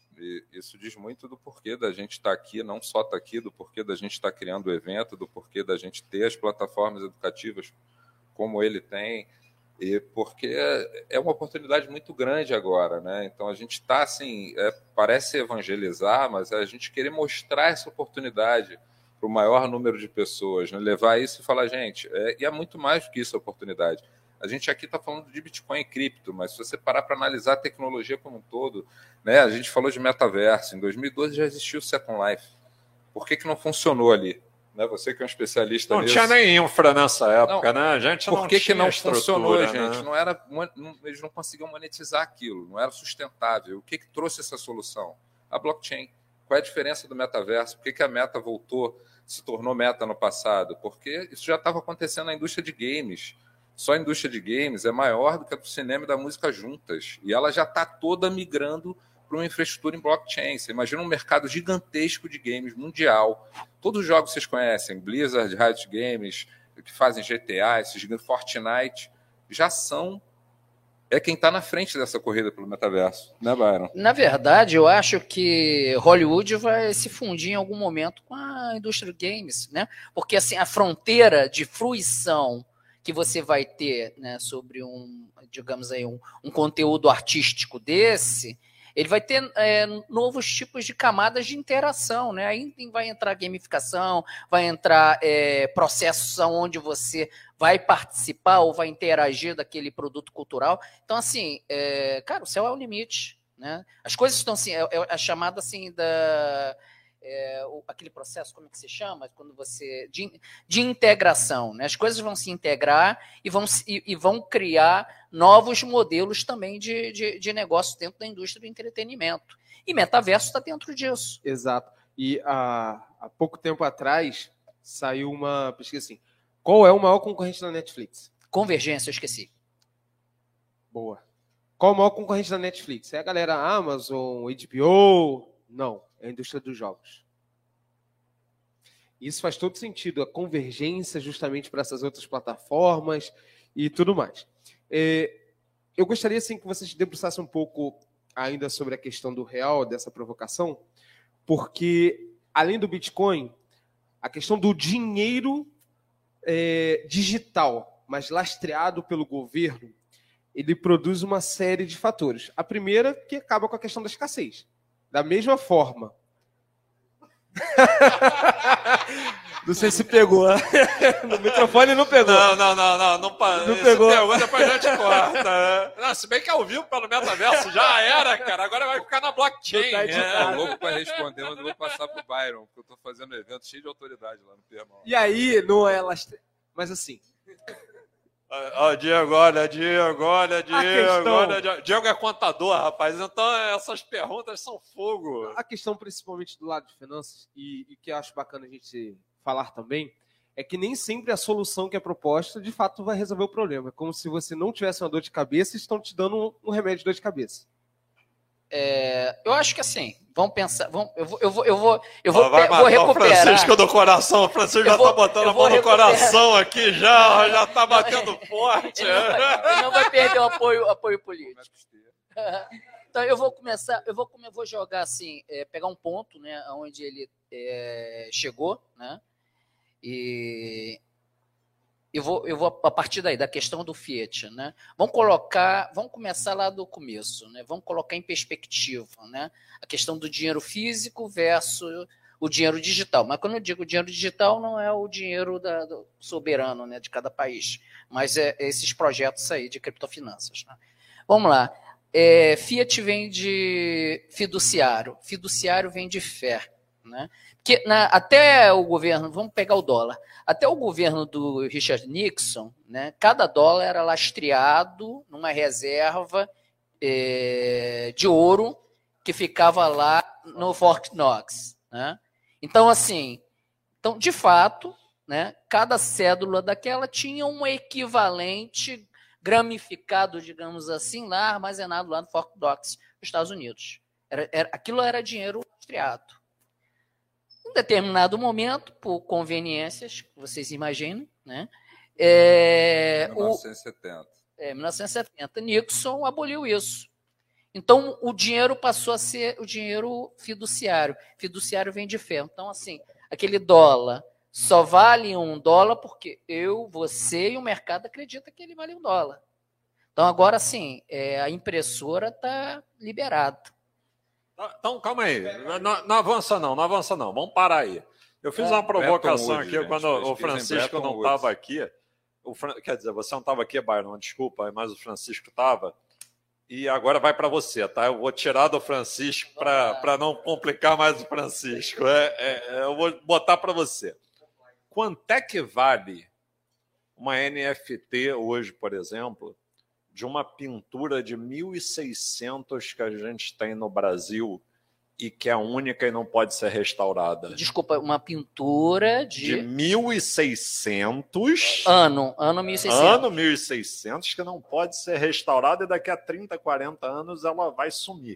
isso diz muito do porquê da gente estar aqui, não só estar aqui, do porquê da gente estar criando o evento, do porquê da gente ter as plataformas educativas como ele tem, e porque é uma oportunidade muito grande agora, né? Então a gente está assim, é, parece evangelizar, mas é a gente querer mostrar essa oportunidade para o maior número de pessoas, né? Levar isso e falar, gente, é, e é muito mais do que isso a oportunidade. A gente aqui está falando de Bitcoin e cripto, mas se você parar para analisar a tecnologia como um todo, né? A gente falou de metaverso, em dois mil e doze já existiu o Second Life. Por que, que não funcionou ali? Né? Você que é um especialista não nisso. Não tinha nem infra nessa época, não, né? A gente por não que tinha que não funcionou, né? gente? Não era, não, eles não conseguiam monetizar aquilo, não era sustentável. O que, que trouxe essa solução? A blockchain. Qual é a diferença do metaverso? Por que, que a meta voltou, se tornou meta no passado? Porque isso já estava acontecendo na indústria de games. Só a indústria de games é maior do que a do cinema e da música juntas. E ela já está toda migrando para uma infraestrutura em blockchain. Você imagina um mercado gigantesco de games mundial. Todos os jogos que vocês conhecem, Blizzard, Riot Games, que fazem G T A, esses gigantes, Fortnite, já são... É quem está na frente dessa corrida pelo metaverso, né, Byron? Na verdade, eu acho que Hollywood vai se fundir em algum momento com a indústria de games, né? Porque assim, a fronteira de fruição que você vai ter, né, sobre um, digamos aí, um, um conteúdo artístico desse, ele vai ter é, novos tipos de camadas de interação, né? Aí vai entrar gamificação, vai entrar é, processos onde você vai participar ou vai interagir daquele produto cultural. Então, assim, é, cara, o céu é o limite, né? As coisas estão assim, é, é a chamada assim da... É, o, aquele processo, como é que se chama? Quando você... De, de integração, né? As coisas vão se integrar e vão, e, e vão criar novos modelos também de, de, de negócio dentro da indústria do entretenimento. E metaverso está dentro disso. Exato. E há, há pouco tempo atrás saiu uma pesquisa assim, qual é o maior concorrente da Netflix? Convergência, eu esqueci. Boa. Qual o maior concorrente da Netflix? É a galera Amazon, H B O? Não, é a indústria dos jogos. Isso faz todo sentido, a convergência justamente para essas outras plataformas e tudo mais. É, eu gostaria assim, que vocês debruçassem um pouco ainda sobre a questão do real, dessa provocação, porque, além do Bitcoin, a questão do dinheiro é, digital, mas lastreado pelo governo, ele produz uma série de fatores. A primeira, que acaba com a questão da escassez. Da mesma forma... Não sei se pegou. No microfone não pegou. Não, não, não, não. Não, não, não pegou. Pegou, depois a gente corta. Não, se bem que ao vivo pelo metaverso já era, cara. Agora vai ficar na blockchain. Tá é. louco para responder, mas eu vou passar pro Byron, porque eu tô fazendo um evento cheio de autoridade lá no P M. E aí, não é lastre... Mas assim. Ó, oh, Diego, olha, Diego, olha, Diego, questão... olha, Diego. Diego é contador, rapaz. Então essas perguntas são fogo. A questão, principalmente do lado de finanças, e, e que eu acho bacana a gente falar também, é que nem sempre a solução que é proposta, de fato, vai resolver o problema. É como se você não tivesse uma dor de cabeça e estão te dando um, um remédio de dor de cabeça. É, eu acho que assim, vamos pensar, vamos, eu vou, eu vou, eu vou, eu vou, oh, vai vou recuperar. O Francisco do coração, o Francisco já vou, tá botando a mão no coração aqui, já, já tá batendo forte. Ele não, vai, ele não vai perder o apoio, apoio político. Então eu vou começar, eu vou, eu vou jogar assim, é, pegar um ponto, né, onde ele é, chegou, né, e eu vou, eu vou a partir daí da questão do Fiat, né? Vamos colocar, vamos começar lá do começo, né? Vamos colocar em perspectiva, né? A questão do dinheiro físico versus o dinheiro digital. Mas quando eu digo dinheiro digital, não é o dinheiro da, do soberano, né, de cada país, mas é esses projetos aí de criptofinanças, né? Vamos lá. É, Fiat vem de fiduciário, fiduciário vem de fé, né? Porque na, até o governo, vamos pegar o dólar, até o governo do Richard Nixon, né, cada dólar era lastreado numa reserva é, de ouro que ficava lá no Fort Knox, né? Então, assim, então, de fato, né, cada cédula daquela tinha um equivalente gramificado, digamos assim, lá armazenado lá no Fort Knox, nos Estados Unidos. Era, era, aquilo era dinheiro lastreado. Em determinado momento, por conveniências, vocês imaginam, né? É, mil novecentos e setenta. O, é, mil novecentos e setenta, Nixon aboliu isso. Então, o dinheiro passou a ser o dinheiro fiduciário. Fiduciário vem de fé. Então, assim, aquele dólar só vale um dólar porque eu, você e o mercado acredita que ele vale um dólar. Então, agora, sim, é, a impressora está liberada. Então, calma aí. Não, não avança não, não avança não. Vamos parar aí. Eu fiz é, uma provocação Woods, aqui gente, quando o Francisco não estava aqui. O Fran... Quer dizer, você não estava aqui, Byron, desculpa, mas o Francisco estava. E agora vai para você, tá? Eu vou tirar do Francisco para não complicar mais o Francisco. É, é, eu vou botar para você. Quanto é que vale uma N F T hoje, por exemplo, de uma pintura de mil e seiscentos que a gente tem no Brasil e que é única e não pode ser restaurada? Desculpa, uma pintura de... De mil e seiscentos... Ano, ano mil e seiscentos. Ano mil e seiscentos que não pode ser restaurada e daqui a trinta, quarenta anos ela vai sumir.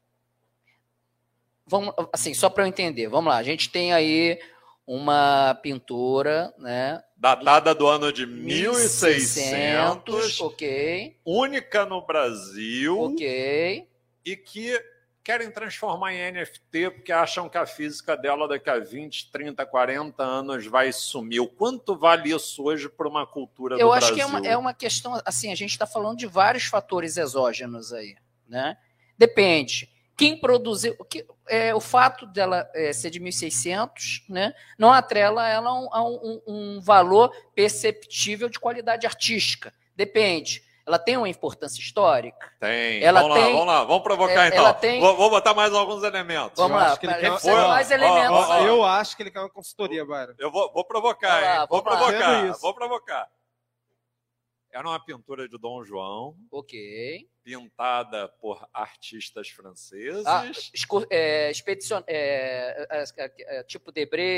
Vamos, assim, só para eu entender, vamos lá, a gente tem aí uma pintura, né? Datada do ano de mil e seiscentos, ok. Única no Brasil, ok. E que querem transformar em N F T porque acham que a física dela daqui a vinte, trinta, quarenta anos vai sumir. O quanto vale isso hoje para uma cultura do Eu Brasil? acho que é uma, é uma questão, assim, a gente está falando de vários fatores exógenos aí, né? Depende. Quem produziu, que, é, o fato dela é, ser de mil e seiscentos, né, não atrela ela a um, a um, um valor perceptível de qualidade artística. Depende. Ela tem uma importância histórica? Tem. Ela vamos tem, lá, vamos lá, vamos provocar é, então. Tem... Vou, vou botar mais alguns elementos. Vamos lá, que ele quer quer... mais elementos. Ó, ó, eu acho que ele quer uma consultoria, Byron. Eu vou, vou provocar, lá, hein? Vou lá. provocar, vou provocar. Era uma pintura de Dom João. Ok. Pintada por artistas franceses. Ah, é, expedicion... é, é, é, tipo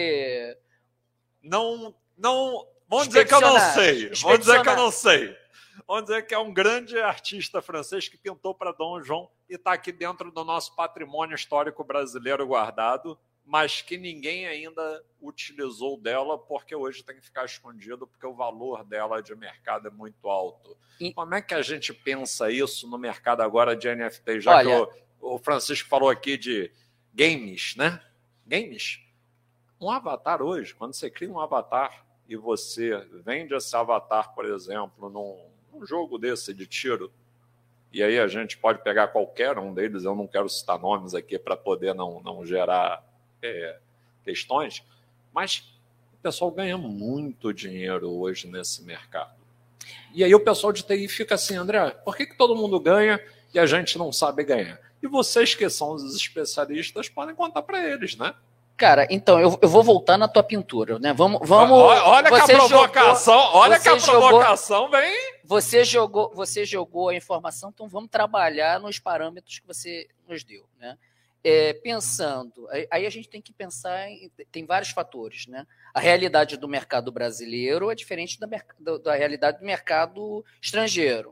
Debré. Não, não. Vamos dizer que eu não sei. Vamos dizer que eu não sei. Vamos dizer que é um grande artista francês que pintou para Dom João e está aqui dentro do nosso patrimônio histórico brasileiro guardado, mas que ninguém ainda utilizou dela, porque hoje tem que ficar escondido, porque o valor dela de mercado é muito alto. E como é que a gente pensa isso no mercado agora de N F T? Já Olha, que o, o Francisco falou aqui de games, né? Games. Um avatar hoje, quando você cria um avatar e você vende esse avatar, por exemplo, num, num jogo desse de tiro, e aí a gente pode pegar qualquer um deles, eu não quero citar nomes aqui para poder não, não gerar é, questões, mas o pessoal ganha muito dinheiro hoje nesse mercado. E aí o pessoal de T I fica assim, André, por que, que todo mundo ganha e a gente não sabe ganhar? E vocês que são os especialistas podem contar para eles, né? Cara, então, eu, eu vou voltar na tua pintura, né? Vamos, vamos. Olha, olha que a provocação, jogou, olha que a provocação jogou, vem. Você jogou, você jogou a informação, então vamos trabalhar nos parâmetros que você nos deu, né? É, pensando, aí a gente tem que pensar em, tem vários fatores, né? A realidade do mercado brasileiro é diferente da, da realidade do mercado estrangeiro.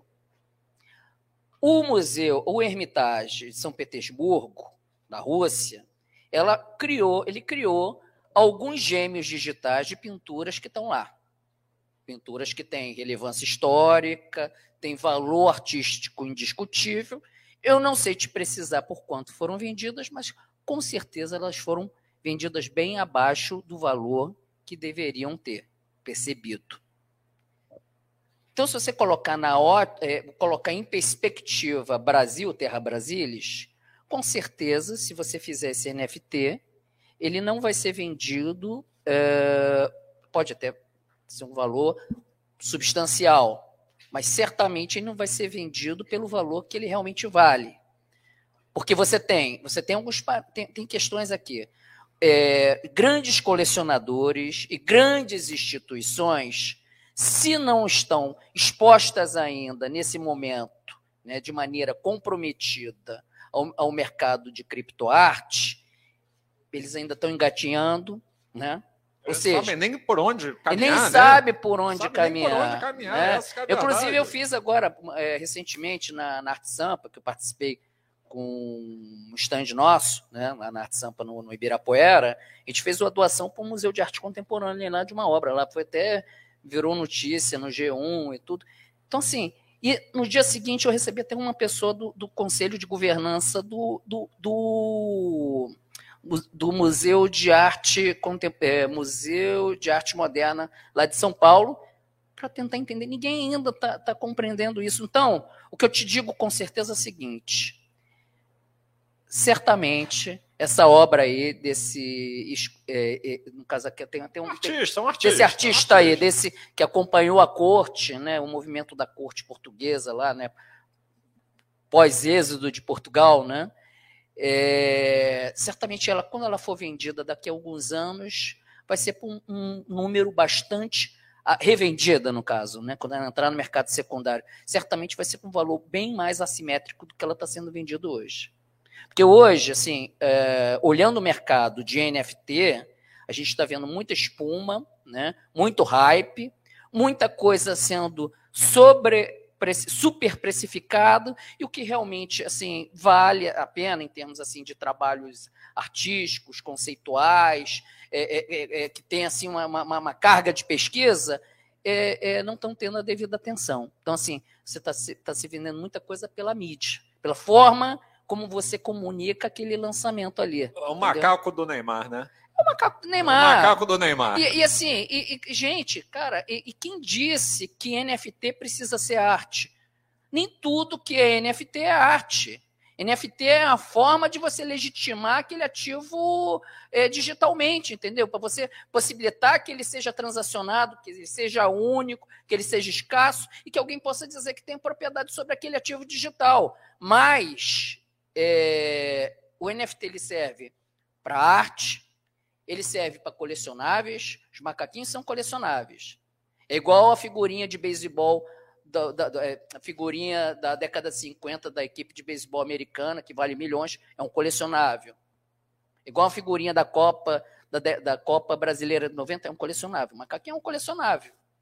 O museu, o Hermitage de São Petersburgo, na Rússia, ela criou, ele criou alguns gêmeos digitais de pinturas que estão lá. Pinturas que têm relevância histórica, têm valor artístico indiscutível. Eu não sei te precisar por quanto foram vendidas, mas com certeza elas foram vendidas bem abaixo do valor que deveriam ter percebido. Então, se você colocar, na, é, colocar em perspectiva Brasil, Terra Brasilis, com certeza, se você fizer esse N F T, ele não vai ser vendido, é, pode até ser um valor substancial, mas certamente ele não vai ser vendido pelo valor que ele realmente vale. Porque você tem, você tem alguns tem, tem questões aqui. É, grandes colecionadores e grandes instituições, se não estão expostas ainda nesse momento, né, de maneira comprometida ao, ao mercado de criptoarte, eles ainda estão engatinhando, né? Ou eles seja, sabem nem por onde caminhar, ele nem né? sabe por onde sabe caminhar. Nem por onde caminhar né? essa é eu, inclusive, eu fiz agora, é, recentemente, na, na Arte Sampa, que eu participei com um stand nosso, né, lá na Arte Sampa, no, no Ibirapuera, a gente fez uma doação para o Museu de Arte Contemporânea lá de uma obra. Lá foi até, virou notícia no G um e tudo. Então, assim, e no dia seguinte eu recebi até uma pessoa do, do Conselho de Governança do, do, do, do Museu de Arte é, Museu de Arte Moderna lá de São Paulo, para tentar entender. Ninguém ainda está tá compreendendo isso. Então, o que eu te digo com certeza é o seguinte: certamente essa obra aí desse é, é, no caso aqui tem até um artista, um artista, desse artista um aí, artista. desse que acompanhou a corte, né, o movimento da corte portuguesa lá, né, pós-êxodo de Portugal, né, é, certamente ela, quando ela for vendida daqui a alguns anos, vai ser por um, um número bastante revendida, no caso, né, quando ela entrar no mercado secundário, certamente vai ser com um valor bem mais assimétrico do que ela está sendo vendida hoje. Porque hoje, assim, é, olhando o mercado de N F T, a gente está vendo muita espuma, né, muito hype, muita coisa sendo sobre, super precificado, e o que realmente assim, vale a pena em termos assim, de trabalhos artísticos, conceituais, é, é, é, que tem assim, uma, uma, uma carga de pesquisa, é, é, não estão tendo a devida atenção. Então, assim, você está se, tá se vendendo muita coisa pela mídia, pela forma como você comunica aquele lançamento ali. O entendeu? Macaco do Neymar, né? É o macaco do Neymar. O macaco do Neymar. E, e assim, e, e, gente, cara, e, e quem disse que N F T precisa ser arte? Nem tudo que é N F T é arte. N F T é a forma de você legitimar aquele ativo é, digitalmente, entendeu? Para você possibilitar que ele seja transacionado, que ele seja único, que ele seja escasso e que alguém possa dizer que tem propriedade sobre aquele ativo digital. Mas é, o N F T ele serve para arte, ele serve para colecionáveis, os macaquinhos são colecionáveis. É igual a figurinha de beisebol, da, da, da, a figurinha da década de cinquenta da equipe de beisebol americana, que vale milhões, é um colecionável. Igual a figurinha da Copa, da, da Copa Brasileira de noventa, é um colecionável. O macaquinho é um colecionável.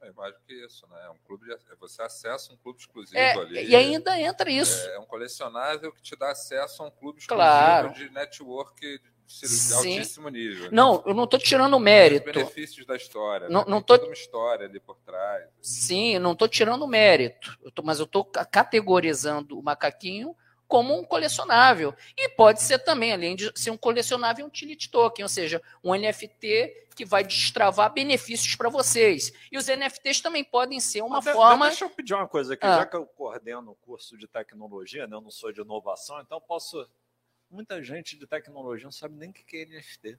É mais do que isso, né? É um clube de, você acessa um clube exclusivo É, ali. e ainda entra isso. É, é um colecionável que te dá acesso a um clube exclusivo Claro. de network de, de Sim. altíssimo nível. Não, né? eu não estou tirando o mérito. Os benefícios da história. Não, né? não Tem tô... toda uma história ali por trás. Sim, eu não estou tirando o mérito, eu tô, mas eu estou categorizando o macaquinho como um colecionável. E pode ser também, além de ser um colecionável, um utility token, ou seja, um N F T que vai destravar benefícios para vocês. E os N F Ts também podem ser uma Mas forma... Deixa eu pedir uma coisa aqui, Ah. já que eu coordeno o curso de tecnologia, né, eu não sou de inovação, então eu posso... Muita gente de tecnologia não sabe nem o que é N F T.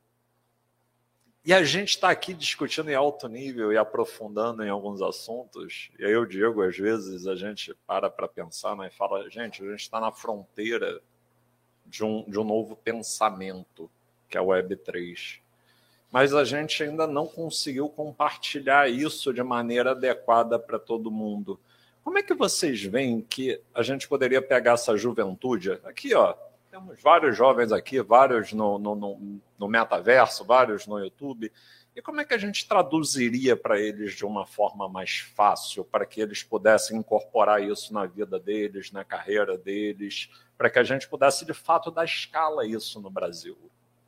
E a gente está aqui discutindo em alto nível e aprofundando em alguns assuntos. E aí eu digo, às vezes, a gente para para pensar, né, e fala, gente, a gente está na fronteira de um, de um novo pensamento, que é o Web três. Mas a gente ainda não conseguiu compartilhar isso de maneira adequada para todo mundo. Como é que vocês veem que a gente poderia pegar essa juventude? Aqui, ó, temos vários jovens aqui, vários no, no, no, no metaverso, vários no YouTube. E como é que a gente traduziria para eles de uma forma mais fácil, para que eles pudessem incorporar isso na vida deles, na carreira deles, para que a gente pudesse, de fato, dar escala a isso no Brasil?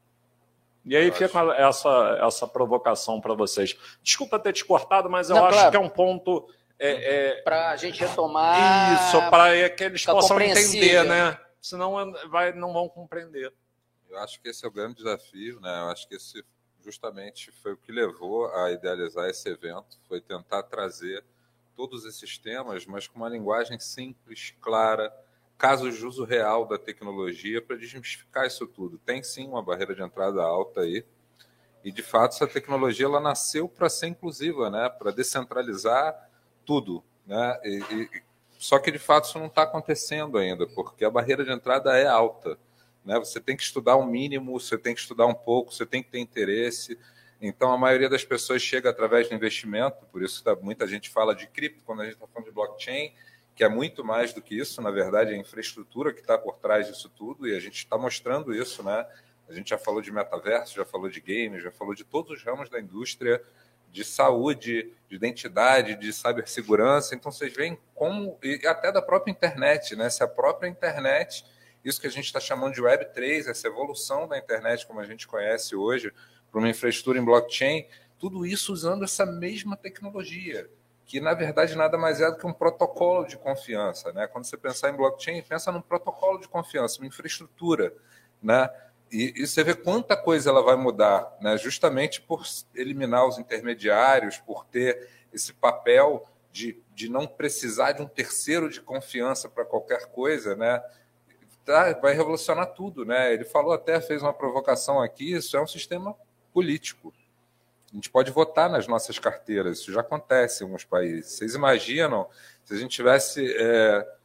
E aí eu fica acho... essa, essa provocação para vocês. Desculpa ter te cortado, mas eu Não, acho claro. que é um ponto... É, é... Para a gente retomar... Isso, para que eles possam entender, né? Senão vai, não vão compreender. Eu acho que esse é o grande desafio, né? Eu acho que esse justamente foi o que levou a idealizar esse evento, foi tentar trazer todos esses temas, mas com uma linguagem simples, clara, casos de uso real da tecnologia para desmistificar isso tudo. Tem sim uma barreira de entrada alta aí, e de fato essa tecnologia ela nasceu para ser inclusiva, né? Para descentralizar tudo, né? E, e, só que de fato isso não está acontecendo ainda, porque a barreira de entrada é alta, né? Você tem que estudar um mínimo, você tem que estudar um pouco, você tem que ter interesse. Então a maioria das pessoas chega através do investimento, por isso que muita gente fala de cripto quando a gente está falando de blockchain, que é muito mais do que isso, na verdade, é a infraestrutura que está por trás disso tudo, e a gente está mostrando isso, né? A gente já falou de metaverso, já falou de games, já falou de todos os ramos da indústria, de saúde, de identidade, de cibersegurança. Então, vocês veem como... E até da própria internet, né? Se a própria internet, isso que a gente está chamando de Web três, essa evolução da internet como a gente conhece hoje, para uma infraestrutura em blockchain, tudo isso usando essa mesma tecnologia, que, na verdade, nada mais é do que um protocolo de confiança, né? Quando você pensar em blockchain, pensa num protocolo de confiança, uma infraestrutura, né? E, e você vê quanta coisa ela vai mudar, né? Justamente por eliminar os intermediários, por ter esse papel de, de não precisar de um terceiro de confiança para qualquer coisa, né? Tá, vai revolucionar tudo, né? Ele falou até, fez uma provocação aqui, isso é um sistema político. A gente pode votar nas nossas carteiras, isso já acontece em alguns países. Vocês imaginam se a gente tivesse... É...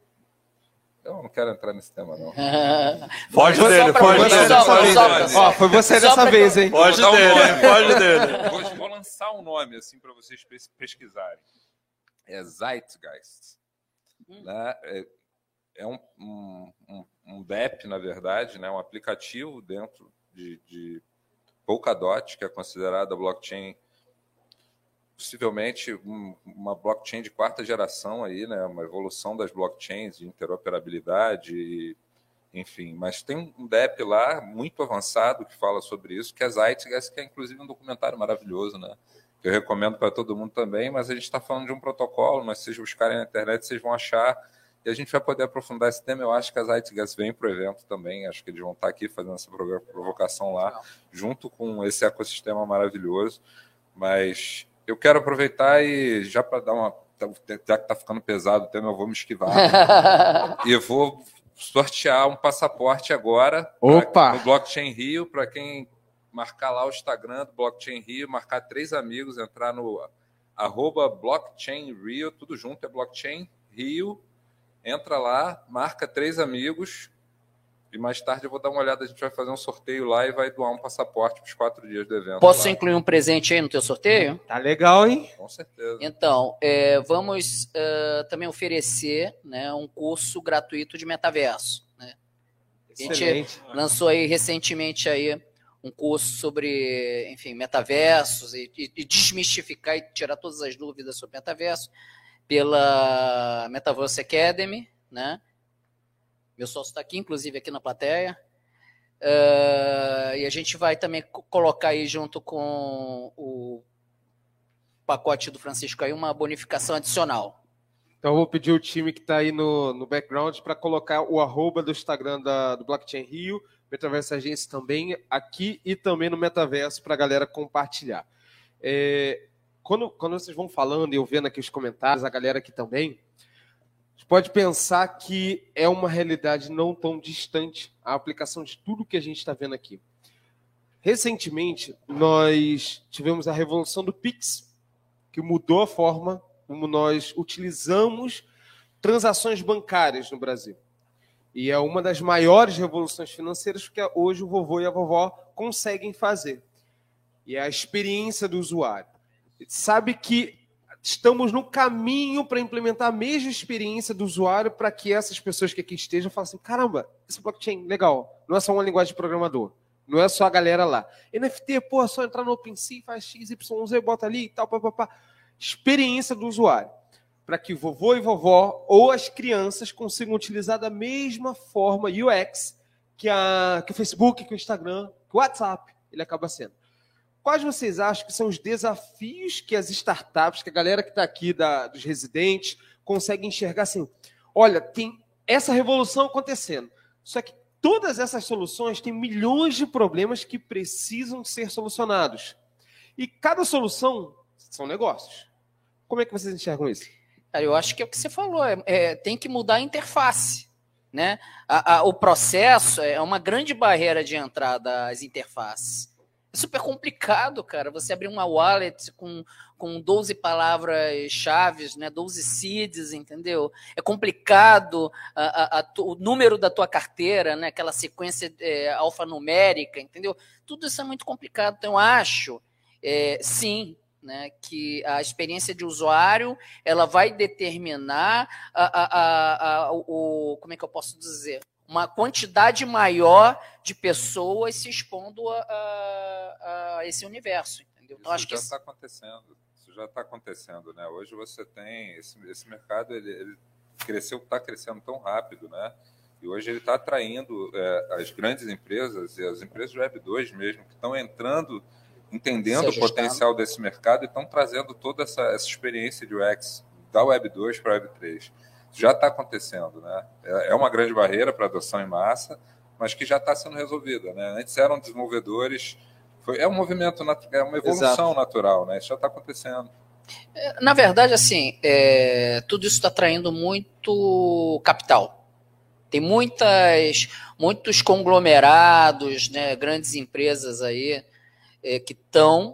Eu não quero entrar nesse tema, não. Foge dele, foge dele. Ó, foi você dessa vez, hein? Foge Vou dar um dele, nome. foge dele. Vou, vou lançar um nome assim para vocês pes- pesquisarem. É Zeitgeist. Né? É, é um, um, um, um app, na verdade, né? Um aplicativo dentro de, de Polkadot, que é considerada blockchain, possivelmente um, uma blockchain de quarta geração, aí, né? Uma evolução das blockchains de interoperabilidade, e, enfim. Mas tem um app lá muito avançado que fala sobre isso, que é Zeitgeist, que é inclusive um documentário maravilhoso, né? Que eu recomendo para todo mundo também, mas a gente está falando de um protocolo, mas se vocês buscarem na internet, vocês vão achar, e a gente vai poder aprofundar esse tema. Eu acho que a Zeitgeist vem para o evento também, acho que eles vão estar aqui fazendo essa provocação lá, junto com esse ecossistema maravilhoso. Mas eu quero aproveitar e já para dar uma... Já que está ficando pesado o tema, eu vou me esquivar. E eu vou sortear um passaporte agora. Opa! Pra, no Blockchain Rio, para quem marcar lá o Instagram do Blockchain Rio, marcar três amigos, entrar no arroba Blockchain Rio, tudo junto, é Blockchain Rio. Entra lá, marca três amigos. E mais tarde eu vou dar uma olhada, a gente vai fazer um sorteio lá e vai doar um passaporte para os quatro dias do evento. Posso lá. incluir um presente aí no teu sorteio? Tá legal, hein? Com certeza. Então, é, vamos uh, também oferecer, né, um curso gratuito de metaverso. Né? A gente Excelente. lançou aí recentemente aí um curso sobre, enfim, metaversos e, e, e desmistificar e tirar todas as dúvidas sobre metaverso pela Metaverse Academy, né? Meu sócio está aqui, inclusive, aqui na plateia. Uh, e a gente vai também colocar aí junto com o pacote do Francisco aí uma bonificação adicional. Então eu vou pedir o time que está aí no, no background para colocar o arroba do Instagram da, do Blockchain Rio, Metaverso Agência também aqui e também no Metaverso para a galera compartilhar. É, quando, quando vocês vão falando e eu vendo aqui os comentários, a galera aqui também, a gente pode pensar que é uma realidade não tão distante a aplicação de tudo que a gente está vendo aqui. Recentemente, nós tivemos a revolução do Pix, que mudou a forma como nós utilizamos transações bancárias no Brasil. E é uma das maiores revoluções financeiras que hoje o vovô e a vovó conseguem fazer. E é a experiência do usuário. Sabe que estamos no caminho para implementar a mesma experiência do usuário para que essas pessoas que aqui estejam falem assim, caramba, esse blockchain, legal. Não é só uma linguagem de programador. Não é só a galera lá. N F T, pô, é só entrar no OpenSea, faz X, Y, Z, bota ali e tal, papapá. Experiência do usuário, para que vovô e vovó ou as crianças consigam utilizar da mesma forma U X que, a, que o Facebook, que o Instagram, que o WhatsApp, ele acaba sendo. Quais vocês acham que são os desafios que as startups, que a galera que está aqui da, dos residentes, consegue enxergar assim, olha, tem essa revolução acontecendo, só que todas essas soluções têm milhões de problemas que precisam ser solucionados. E cada solução são negócios. Como é que vocês enxergam isso? Eu acho que é o que você falou, é, é, tem que mudar a interface. Né? A, a, o processo é uma grande barreira de entrada às interfaces. É super complicado, cara, você abrir uma wallet com, com doze palavras-chave, né? doze seeds, entendeu? É complicado a, a, a, o número da tua carteira, né? Aquela sequência é, alfanumérica, entendeu? Tudo isso é muito complicado. Então, eu acho, é, sim, né, que a experiência de usuário ela vai determinar a, a, a, a, o, como é que eu posso dizer? Uma quantidade maior de pessoas se expondo a, a, a esse universo. Entendeu? Então, isso acho já que está acontecendo. Isso já está acontecendo. Né? Hoje você tem esse, esse mercado, ele, ele cresceu, está crescendo tão rápido, né? E hoje ele está atraindo é, as grandes empresas e as empresas do Web dois mesmo, que estão entrando, entendendo o potencial desse mercado e estão trazendo toda essa, essa experiência de U X da Web dois para a Web três. Já está acontecendo, né? É uma grande barreira para a adoção em massa, mas que já está sendo resolvida, né? Antes eram desenvolvedores, foi, é um movimento, é uma evolução Exato. natural, né? Isso já está acontecendo. Na verdade, assim, é, tudo isso está atraindo muito capital. Tem muitas, muitos conglomerados, né, grandes empresas aí, É, que estão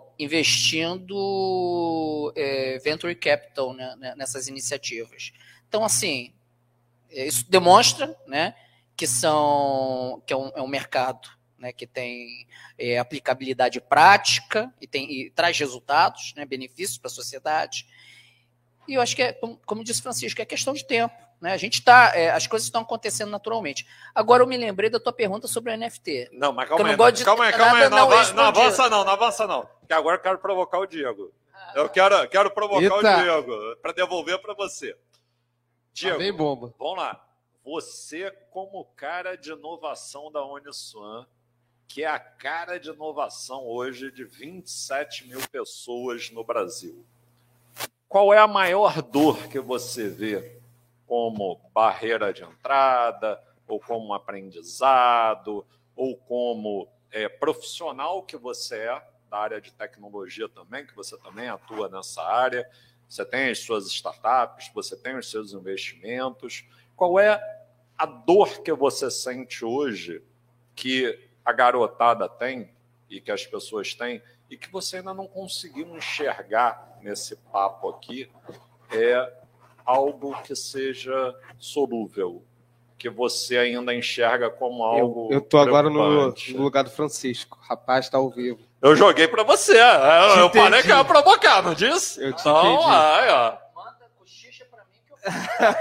investindo é, venture capital, né, nessas iniciativas. Então, assim, isso demonstra, né, que, são, que é, um, é um mercado, né, que tem é, aplicabilidade prática e, tem, e traz resultados, né, benefícios para a sociedade. E eu acho que, é, como, como disse Francisco, é questão de tempo. Né? A gente tá, é, as coisas estão acontecendo naturalmente. Agora eu me lembrei da tua pergunta sobre o N F T. Não, mas calma aí. Não calma aí, calma aí. Não, não, não avança não, não avança não. Que agora eu quero provocar o Diego. Ah, eu quero, quero provocar Eita. o Diego para devolver para você. Diego, tá bomba. Vamos lá. Você como cara de inovação da Uniswan, que é a cara de inovação hoje de vinte e sete mil pessoas no Brasil. Qual é a maior dor que você vê como barreira de entrada, ou como aprendizado, ou como é, profissional que você é, da área de tecnologia também, que você também atua nessa área, você tem as suas startups, você tem os seus investimentos. Qual é a dor que você sente hoje, que a garotada tem, e que as pessoas têm, e que você ainda não conseguiu enxergar nesse papo aqui, é algo que seja solúvel, que você ainda enxerga como algo Eu estou agora no, no lugar do Francisco. O rapaz está ao vivo. Eu joguei para você. Eu, eu falei que eu ia provocar, não disse? Eu te então, entendi. Aí, ó. Manda cochicha para mim que eu...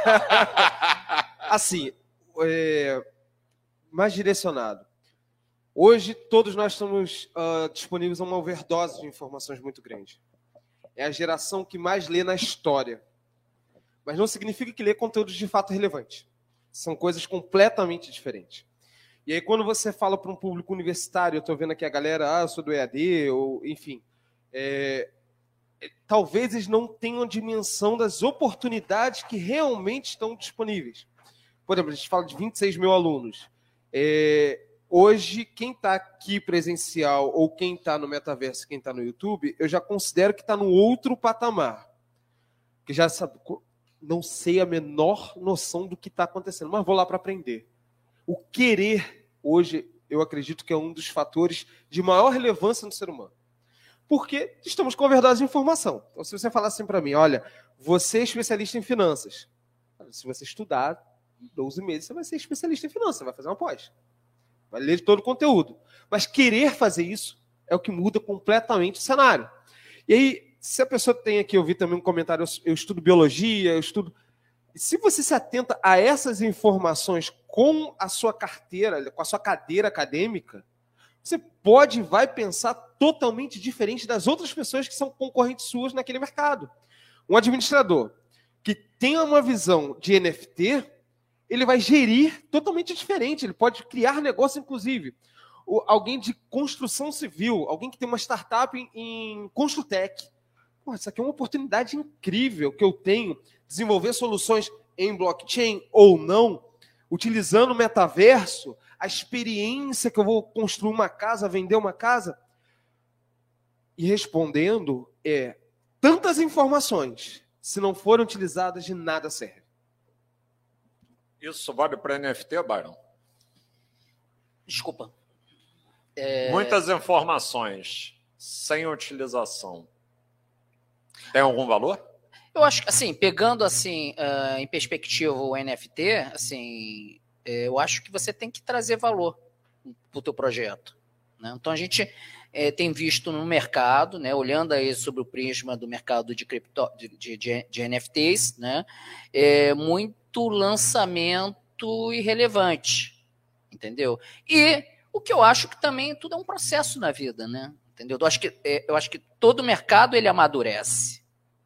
Assim, é, mais direcionado. Hoje, todos nós estamos uh, disponíveis a uma overdose de informações muito grande. É a geração que mais lê na história. Mas não significa que lê conteúdos de fato relevantes. São coisas completamente diferentes. E aí, quando você fala para um público universitário, eu estou vendo aqui a galera, ah, eu sou do E A D, ou enfim, é, talvez eles não tenham a dimensão das oportunidades que realmente estão disponíveis. Por exemplo, a gente fala de vinte e seis mil alunos. É, hoje, quem está aqui presencial ou quem está no metaverso, quem está no YouTube, eu já considero que está no outro patamar. Que já sabe, não sei a menor noção do que está acontecendo, mas vou lá para aprender. O querer, hoje, eu acredito que é um dos fatores de maior relevância no ser humano. Porque estamos com overdose de informação. Então, se você falar assim para mim, olha, você é especialista em finanças. Se você estudar doze meses, você vai ser especialista em finanças, você vai fazer uma pós. Vai ler todo o conteúdo. Mas querer fazer isso é o que muda completamente o cenário. E aí, se a pessoa tem aqui, eu vi também um comentário, eu, eu estudo biologia, eu estudo... E se você se atenta a essas informações com a sua carteira, com a sua cadeira acadêmica, você pode e vai pensar totalmente diferente das outras pessoas que são concorrentes suas naquele mercado. Um administrador que tem uma visão de N F T, ele vai gerir totalmente diferente, ele pode criar negócio, inclusive. O, alguém de construção civil, alguém que tem uma startup em, em Construtec. Pô, isso aqui é uma oportunidade incrível que eu tenho, desenvolver soluções em blockchain ou não, utilizando o metaverso, a experiência que eu vou construir uma casa, vender uma casa. E respondendo é, tantas informações, se não forem utilizadas, de nada serve. Isso vale para N F T, Byron? Desculpa. É... Muitas informações sem utilização. Tem algum valor? Eu acho que, assim, pegando assim, uh, em perspectiva o N F T, assim, eu acho que você tem que trazer valor para o teu projeto. Né? Então, a gente é, tem visto no mercado, né, olhando aí sobre o prisma do mercado de, cripto, de, de, de, de N F Ts, né, é, muito lançamento irrelevante, entendeu? E o que eu acho que também tudo é um processo na vida, né? Entendeu? Eu acho que, eu acho que todo mercado ele amadurece.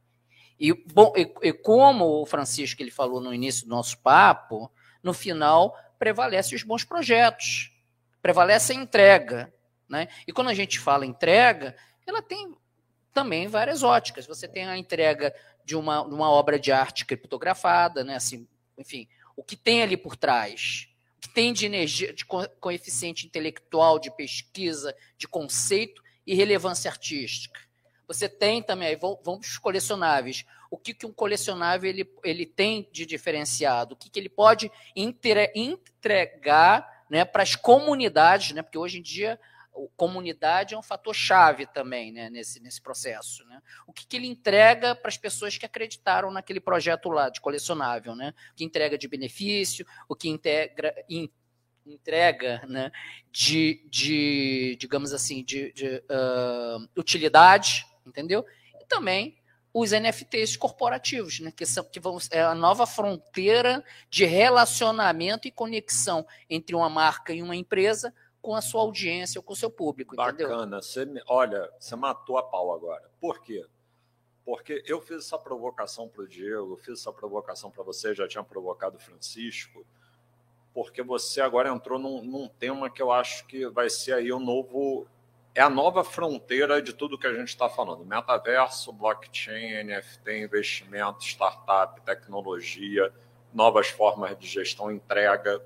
E, bom, e, e como o Francisco ele falou no início do nosso papo, no final prevalece os bons projetos, prevalece a entrega. Né? E quando a gente fala entrega, ela tem também várias óticas. Você tem a entrega de uma, uma obra de arte criptografada, né? Assim, enfim, o que tem ali por trás, o que tem de energia, de coeficiente intelectual, de pesquisa, de conceito e relevância artística. Você tem também, vamos para os colecionáveis, o que, que um colecionável ele, ele tem de diferenciado, o que, que ele pode entre, entregar, né, para as comunidades, né, porque hoje em dia a comunidade é um fator chave também, né, nesse, nesse processo. Né? O que, que ele entrega para as pessoas que acreditaram naquele projeto lá de colecionável, né? O que entrega de benefício, o que integra, in, entrega, né, de, de, digamos assim, de, de uh, utilidade, entendeu? E também os N F Ts corporativos, né, que, são, que vão, é a nova fronteira de relacionamento e conexão entre uma marca e uma empresa com a sua audiência ou com o seu público. Bacana. Você, olha, você matou a pau agora. Por quê? Porque eu fiz essa provocação para o Diego, fiz essa provocação para você, já tinha provocado o Francisco, porque você agora entrou num, num tema que eu acho que vai ser aí o novo... É a nova fronteira de tudo que a gente está falando. Metaverso, blockchain, N F T, investimento, startup, tecnologia, novas formas de gestão, entrega.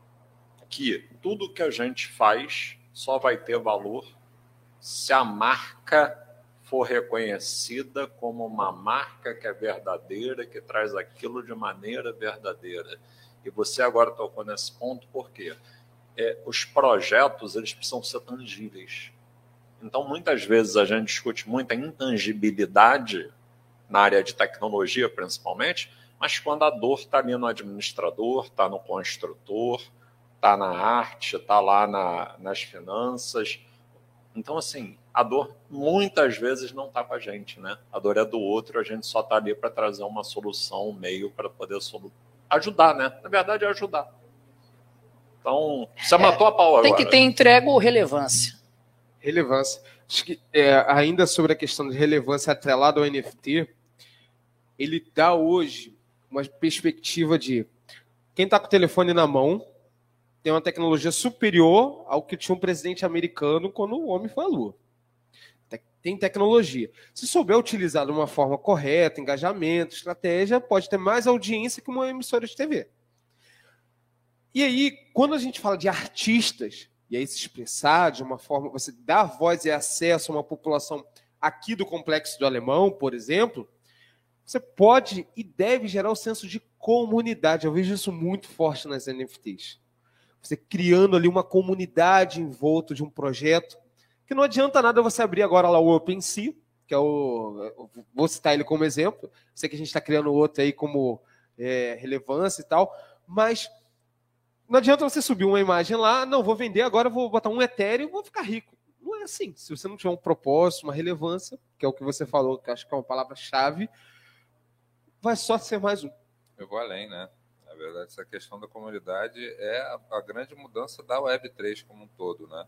Que tudo que a gente faz só vai ter valor se a marca for reconhecida como uma marca que é verdadeira, que traz aquilo de maneira verdadeira. E você agora tocou nesse ponto, por quê? É, os projetos eles precisam ser tangíveis. Então, muitas vezes a gente discute muita intangibilidade na área de tecnologia, principalmente, mas quando a dor está ali no administrador, está no construtor, está na arte, está lá na, nas finanças. Então, assim, a dor muitas vezes não está com a gente, né? A dor é do outro, a gente só está ali para trazer uma solução, um meio para poder solu- ajudar, né? Na verdade, é ajudar. Então, você é, matou a pau agora. Tem que ter entrega ou relevância. Relevância. Acho que é, ainda sobre a questão de relevância atrelada ao N F T, ele dá hoje uma perspectiva de quem está com o telefone na mão tem uma tecnologia superior ao que tinha um presidente americano quando o homem foi à Lua. Tem tecnologia. Se souber utilizar de uma forma correta, engajamento, estratégia, pode ter mais audiência que uma emissora de T V. E aí, quando a gente fala de artistas, e aí se expressar de uma forma, você dar voz e acesso a uma população aqui do Complexo do Alemão, por exemplo, você pode e deve gerar o senso de comunidade. Eu vejo isso muito forte nas N F Ts. Você criando ali uma comunidade em volta de um projeto, que não adianta nada você abrir agora lá o OpenSea, que é o... Vou citar ele como exemplo. Sei que a gente está criando outro aí como é, relevância e tal, mas não adianta você subir uma imagem lá, não, vou vender agora, vou botar um Ethereum e vou ficar rico. Não é assim. Se você não tiver um propósito, uma relevância, que é o que você falou, que acho que é uma palavra-chave, vai só ser mais um. Eu vou além, né? Na verdade, essa questão da comunidade é a, a grande mudança da Web três como um todo, né?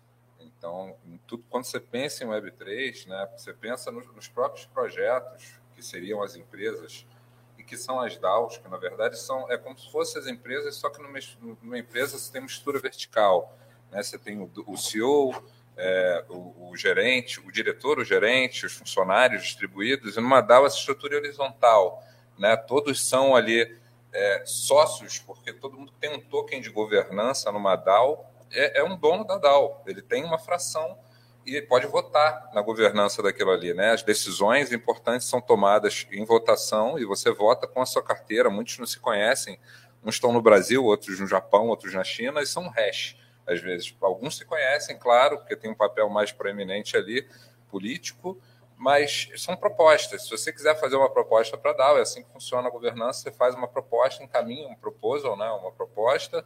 Então, tudo, quando você pensa em Web três, né, você pensa nos, nos próprios projetos, que seriam as empresas, e que são as D A Os, que na verdade são, é como se fossem as empresas, só que numa, numa empresa você tem uma estrutura vertical. Né? Você tem o, o C E O, é, o, o gerente, o diretor, o gerente, os funcionários distribuídos, e numa D A O essa estrutura é horizontal. Né? Todos são ali é, sócios, porque todo mundo tem um token de governança numa D A O, É, é um dono da D A O, ele tem uma fração e pode votar na governança daquilo ali, né? As decisões importantes são tomadas em votação e você vota com a sua carteira. Muitos não se conhecem, uns estão no Brasil, outros no Japão, outros na China, e são hash, às vezes. Alguns se conhecem, claro, porque tem um papel mais proeminente ali, político, mas são propostas. Se você quiser fazer uma proposta para a D A O, é assim que funciona a governança, você faz uma proposta, encaminha um proposal, né? Uma proposta,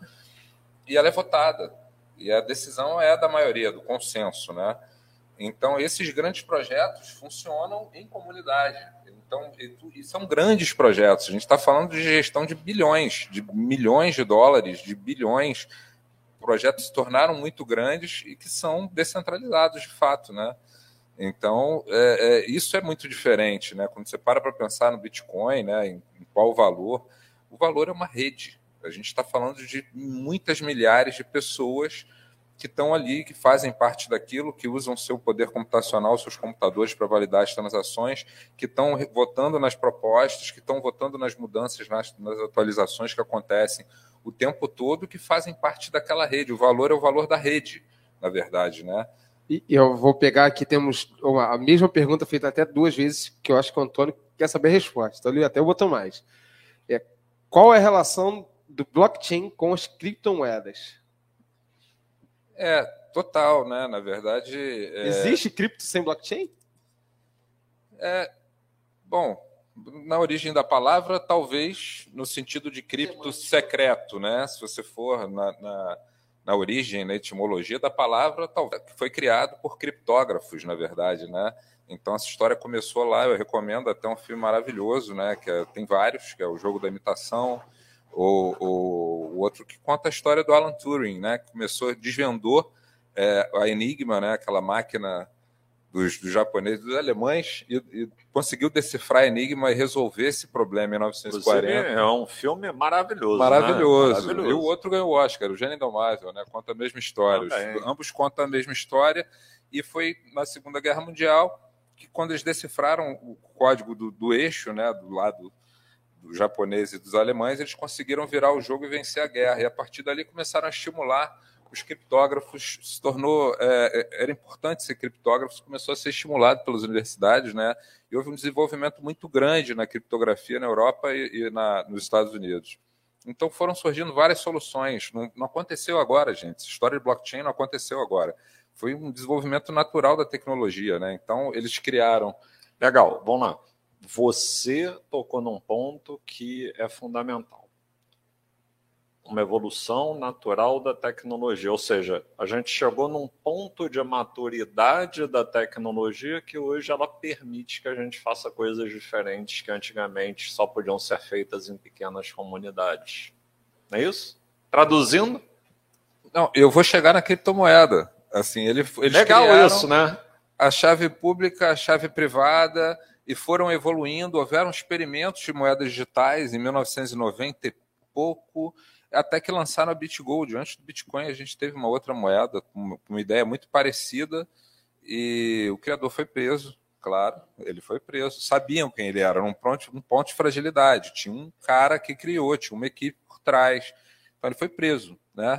e ela é votada. E a decisão é da maioria, do consenso, né? Então, esses grandes projetos funcionam em comunidade. Então, e são grandes projetos. A gente está falando de gestão de bilhões, de milhões de dólares, de bilhões. Projetos se tornaram muito grandes e que são descentralizados, de fato, né? Então, é, é, isso é muito diferente, né? Quando você para para pensar no Bitcoin, né, em, em qual o valor, o valor é uma rede. A gente está falando de muitas milhares de pessoas que estão ali, que fazem parte daquilo, que usam seu poder computacional, seus computadores para validar as transações, que estão votando nas propostas, que estão votando nas mudanças, nas, nas atualizações que acontecem o tempo todo, que fazem parte daquela rede. O valor é o valor da rede, na verdade, né? E eu vou pegar aqui, temos uma, a mesma pergunta feita até duas vezes, que eu acho que o Antônio quer saber a resposta. Então, ele até botou mais. É, qual é a relação do blockchain com as criptomoedas? É, total, né? Na verdade... É... Existe cripto sem blockchain? É, bom, na origem da palavra, talvez no sentido de cripto secreto, né? Se você for na, na, na origem, na etimologia da palavra, talvez foi criado por criptógrafos, na verdade, né? Então, essa história começou lá, eu recomendo até um filme maravilhoso, né? Que é, tem vários, que é O Jogo da Imitação, O, o, o outro que conta a história do Alan Turing, né, que começou, desvendou é, a Enigma, né, aquela máquina dos, dos japoneses, dos alemães, e, e conseguiu decifrar a Enigma e resolver esse problema em mil novecentos e quarenta. Inclusive, é um filme maravilhoso. Maravilhoso. Né? Maravilhoso. E o outro ganhou o Oscar, o Gênio Indomável, né, conta a mesma história. Os, ambos contam a mesma história, e foi na Segunda Guerra Mundial que, quando eles decifraram o código do, do eixo, né, do lado dos japoneses e dos alemães, eles conseguiram virar o jogo e vencer a guerra. E a partir dali começaram a estimular os criptógrafos. Se tornou é, era importante ser criptógrafo, começou a ser estimulado pelas universidades, né? E houve um desenvolvimento muito grande na criptografia na Europa e, e na, nos Estados Unidos. Então foram surgindo várias soluções. Não, não aconteceu agora, gente. Essa história de blockchain não aconteceu agora. Foi um desenvolvimento natural da tecnologia, né? Então eles criaram. Legal, vamos lá. Você tocou num ponto que é fundamental. Uma evolução natural da tecnologia. Ou seja, a gente chegou num ponto de maturidade da tecnologia que hoje ela permite que a gente faça coisas diferentes que antigamente só podiam ser feitas em pequenas comunidades. Não é isso? Traduzindo? Não, eu vou chegar na criptomoeda. Assim, ele, eles Legal criaram isso, né? a chave pública, a chave privada, e foram evoluindo. Houveram experimentos de moedas digitais em mil novecentos e noventa e pouco, até que lançaram a BitGold. Antes do Bitcoin, a gente teve uma outra moeda com uma ideia muito parecida, e o criador foi preso, claro, ele foi preso. Sabiam quem ele era, era um ponto, um ponto de fragilidade. Tinha um cara que criou, tinha uma equipe por trás. Então ele foi preso, né?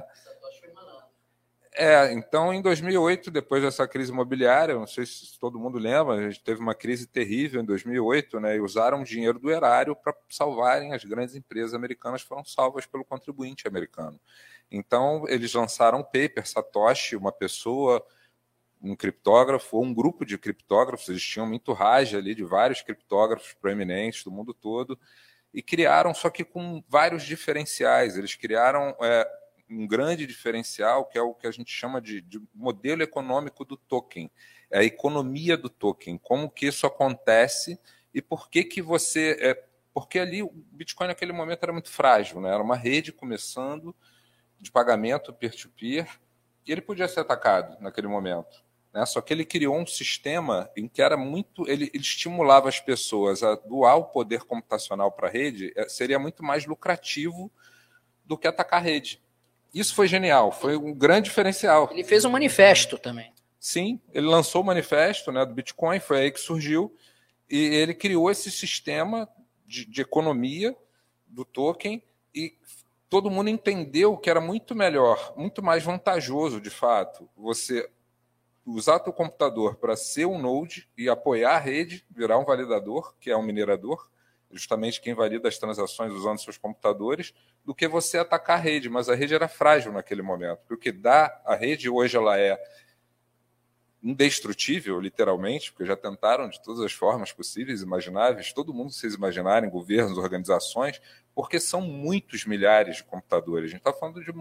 É, então em dois mil e oito, depois dessa crise imobiliária, não sei se todo mundo lembra, a gente teve uma crise terrível em dois mil e oito, né, e usaram dinheiro do erário para salvarem as grandes empresas americanas, foram salvas pelo contribuinte americano. Então eles lançaram um paper, Satoshi, uma pessoa, um criptógrafo, ou um grupo de criptógrafos, eles tinham uma entourage ali de vários criptógrafos proeminentes do mundo todo, e criaram, só que com vários diferenciais. Eles criaram é, um grande diferencial, que é o que a gente chama de, de modelo econômico do token, é a economia do token, como que isso acontece e por que que você... É, porque ali o Bitcoin naquele momento era muito frágil, né? Era uma rede começando de pagamento peer-to-peer, e ele podia ser atacado naquele momento, né? Só que ele criou um sistema em que era muito... Ele, ele estimulava as pessoas a doar o poder computacional para a rede, seria muito mais lucrativo do que atacar a rede. Isso foi genial, foi um grande diferencial. Ele fez um manifesto também. Sim, ele lançou o manifesto, né, do Bitcoin, foi aí que surgiu, e ele criou esse sistema de, de economia do token, e todo mundo entendeu que era muito melhor, muito mais vantajoso, de fato, você usar teu computador para ser um node e apoiar a rede, virar um validador, que é um minerador, justamente quem valida as transações usando seus computadores, do que você atacar a rede. Mas a rede era frágil naquele momento. O que dá a rede hoje, ela é indestrutível, literalmente, porque já tentaram de todas as formas possíveis, imagináveis, todo mundo vocês imaginarem, governos, organizações, porque são muitos milhares de computadores. A gente está falando de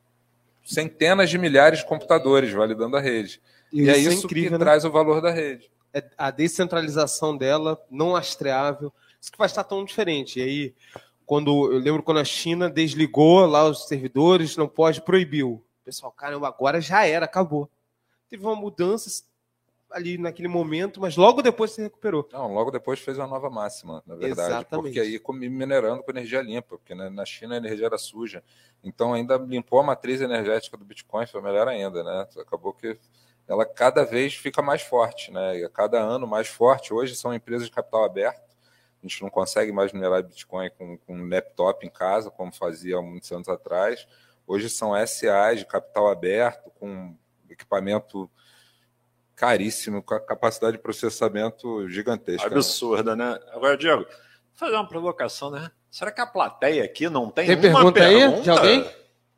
centenas de milhares de computadores validando a rede. E, e é isso, é incrível, que né? traz o valor da rede. É a descentralização dela, não rastreável. Isso que vai estar tão diferente. E aí, quando eu lembro quando a China desligou lá os servidores, não pode, proibiu. O pessoal, caramba, agora já era, acabou. Teve uma mudança ali naquele momento, mas logo depois se recuperou. Não, logo depois fez uma nova máxima, na verdade. Exatamente. Porque aí minerando com energia limpa, porque na China a energia era suja. Então ainda limpou a matriz energética do Bitcoin, foi melhor ainda, né? Acabou que ela cada vez fica mais forte, né? E a cada ano mais forte. Hoje são empresas de capital aberto. A gente não consegue mais minerar Bitcoin com, com um laptop em casa, como fazia há muitos anos atrás. Hoje são S As de capital aberto, com equipamento caríssimo, com a capacidade de processamento gigantesca. Absurda, né? né? Agora, Diego, vou fazer uma provocação, né? Será que a plateia aqui não tem, tem uma pergunta, pergunta aí de alguém?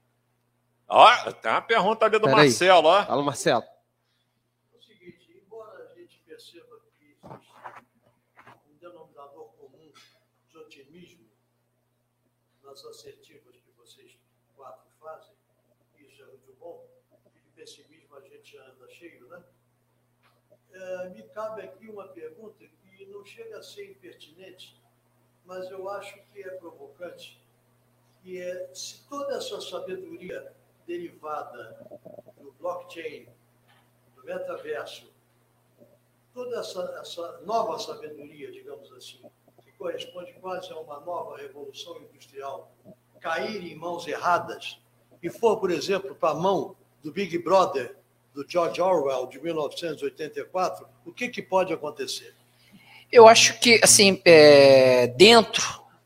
Ó, tem uma pergunta ali do Pera Marcelo, aí. ó. Fala, Marcelo. É o seguinte, embora a gente perceba que existe um denominador comum de otimismo nas assertivas que vocês quatro fazem, isso é muito bom, e de pessimismo a gente anda cheio, né? É, me cabe aqui uma pergunta que não chega a ser impertinente, mas eu acho que é provocante, que é se toda essa sabedoria derivada do blockchain, do metaverso, toda essa, essa nova sabedoria, digamos assim, que corresponde quase a uma nova revolução industrial, cair em mãos erradas e for, por exemplo, para a mão do Big Brother, do George Orwell, de mil novecentos e oitenta e quatro, o que, que pode acontecer? Eu acho que, assim, é, dentro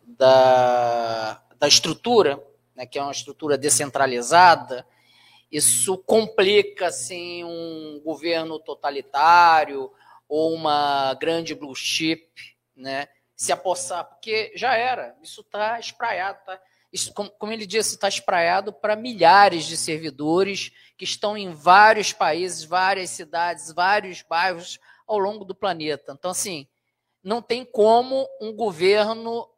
da, da estrutura, né, que é uma estrutura descentralizada, isso complica, assim, um governo totalitário ou uma grande blue chip, né, se apossar, porque já era, isso está espraiado, tá? Isso, como, como ele disse, está espraiado para milhares de servidores que estão em vários países, várias cidades, vários bairros ao longo do planeta. Então, assim, não tem como um governo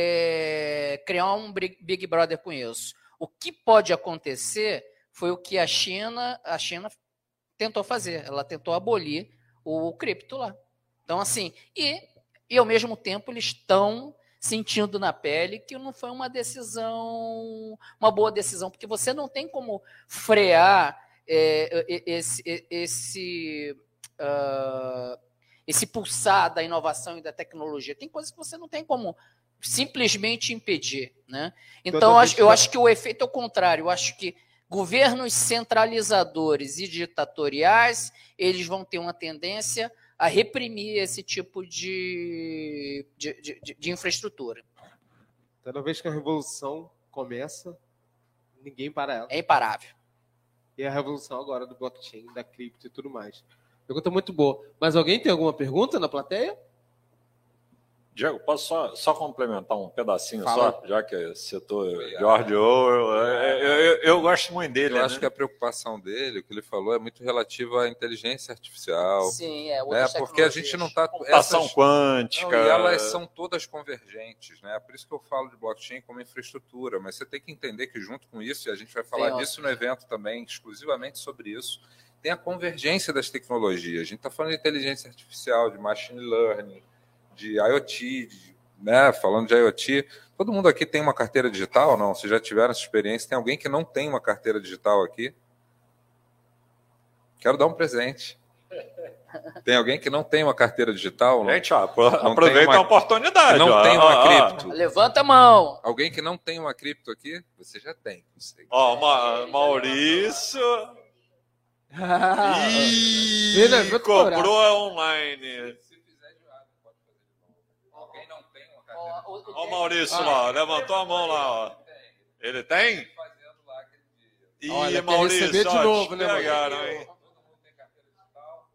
é, criar um Big Brother com isso. O que pode acontecer foi o que a China, a China tentou fazer. Ela tentou abolir o cripto lá. Então, assim, e, e ao mesmo tempo eles estão sentindo na pele que não foi uma decisão, uma boa decisão, porque você não tem como frear é, esse, esse, uh, esse pulsar da inovação e da tecnologia. Tem coisas que você não tem como simplesmente impedir, né? Então, eu acho, eu acho que o efeito é o contrário. Eu acho que governos centralizadores e ditatoriais, eles vão ter uma tendência a reprimir esse tipo de, de, de, de infraestrutura. Toda vez que a revolução começa, ninguém para ela. É imparável. E a revolução agora do blockchain, da cripto e tudo mais. Pergunta muito boa. Mas alguém tem alguma pergunta na plateia? Diego, posso só, só complementar um pedacinho Fala. só, já que citou George Orwell. Eu, eu, eu, eu gosto muito dele. Eu né? acho que a preocupação dele, o que ele falou, é muito relativa à inteligência artificial. Sim, é É, outras porque a gente não está... Computação quântica. Não, e elas são todas convergentes, né? Por isso que eu falo de blockchain como infraestrutura, mas você tem que entender que junto com isso, e a gente vai falar Sim, disso no evento também, exclusivamente sobre isso, tem a convergência das tecnologias. A gente está falando de inteligência artificial, de machine learning, de IoT, de, né? Falando de IoT, todo mundo aqui tem uma carteira digital ou não? Vocês já tiveram essa experiência? Tem alguém que não tem uma carteira digital aqui? Quero dar um presente. Tem alguém que não tem uma carteira digital? Não? Gente, ó, Não aproveita tem uma- a oportunidade. Não ó, tem uma ó, ó. cripto. Levanta a mão. Alguém que não tem uma cripto aqui? Você já tem. Não sei. Ó, Ma- Maurício. Ih, Vê, né? Vou decorar. comprou online. Se fizer de lado, pode fazer de novo. Alguém não tem uma carteira Ó, o- Ó o Maurício lá, levantou a mão lá, ó. Ele tem? fazendo lá aquele dia. Ih, Olha, quer Maurício, receber de ó, novo, né, te pegaram, hein? Todo mundo tem carteira digital?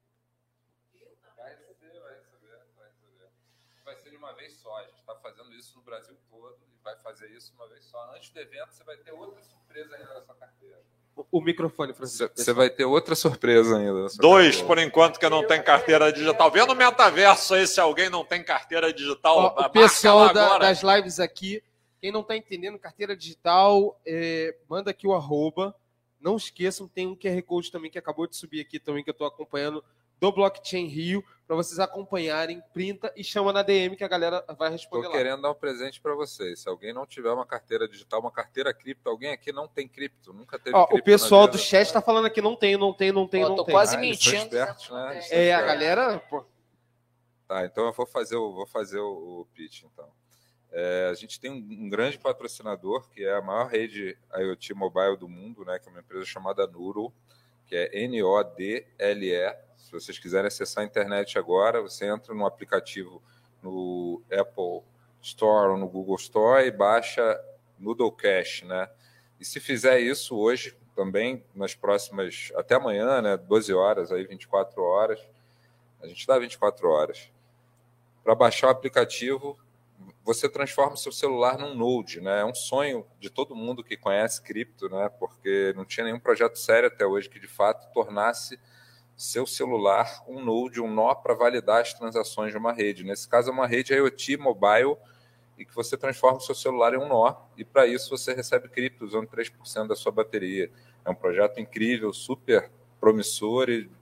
Vai receber, vai receber, vai receber. Vai ser de uma vez só. A gente está fazendo isso no Brasil todo e vai fazer isso uma vez só. Antes do evento, você vai ter outra surpresa ainda na sua carteira. O, o microfone, Você Francisco. você vai ter outra surpresa ainda. na sua Dois, carteira. por enquanto, que não tem carteira digital. Vê no metaverso aí se alguém não tem carteira digital. Ó, marca o pessoal lá da- agora. das lives aqui, quem não está entendendo carteira digital, é, manda aqui o arroba. Não esqueçam, tem um Q R Code também que acabou de subir aqui também, que eu estou acompanhando, do Blockchain Rio, para vocês acompanharem, printa e chama na D M que a galera vai responder Estou lá. querendo dar um presente para vocês. Se alguém não tiver uma carteira digital, uma carteira cripto, alguém aqui não tem cripto, nunca teve Ó, cripto. o pessoal na do vida. chat está falando aqui, não tem, não tem, não tem, Ó, não tô tem. quase Ah, eles são mentindo. espertos, né? Eles são É, a espertos. galera... Pô, Tá, então eu vou fazer o, vou fazer o, o pitch, então. É, a gente tem um, um grande patrocinador, que é a maior rede IoT mobile do mundo, né, que é uma empresa chamada Noodle, que é N O D L E. Se vocês quiserem acessar a internet agora, você entra no aplicativo no Apple Store ou no Google Store e baixa Noodle Cash, né? E se fizer isso hoje, também nas próximas, até amanhã, né, doze horas, aí vinte e quatro horas, a gente dá vinte e quatro horas. Para baixar o aplicativo, você transforma o seu celular num Node, né? É um sonho de todo mundo que conhece cripto, né? Porque não tinha nenhum projeto sério até hoje que, de fato, tornasse seu celular um Node, um nó para validar as transações de uma rede. Nesse caso, é uma rede IoT mobile e que você transforma o seu celular em um nó. E, para isso, você recebe cripto usando três por cento da sua bateria. É um projeto incrível, super promissor e,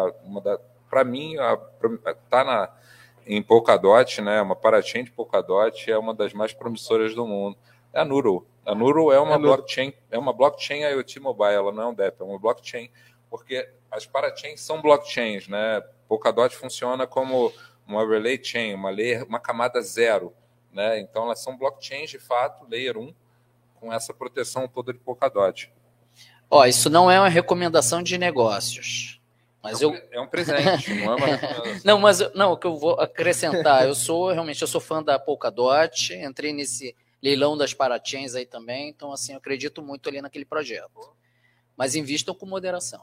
para mim, está na... em Polkadot, né, uma parachain de Polkadot, é uma das mais promissoras do mundo. É a Noodle. A Noodle é uma É blockchain, é uma blockchain IoT mobile, ela não é um D E P, é uma blockchain, porque as parachains são blockchains, né? Polkadot funciona como uma relay chain, uma layer, uma camada zero, né? Então elas são blockchains de fato, layer um, com essa proteção toda de Polkadot. Ó, isso não é uma recomendação de negócios. Mas é, um, eu... é um presente, não é uma recomendação. Não, mas eu- não, o que eu vou acrescentar, eu sou realmente eu sou fã da Polkadot, entrei nesse leilão das parachains aí também, então assim, eu acredito muito ali naquele projeto. Mas invistam com moderação.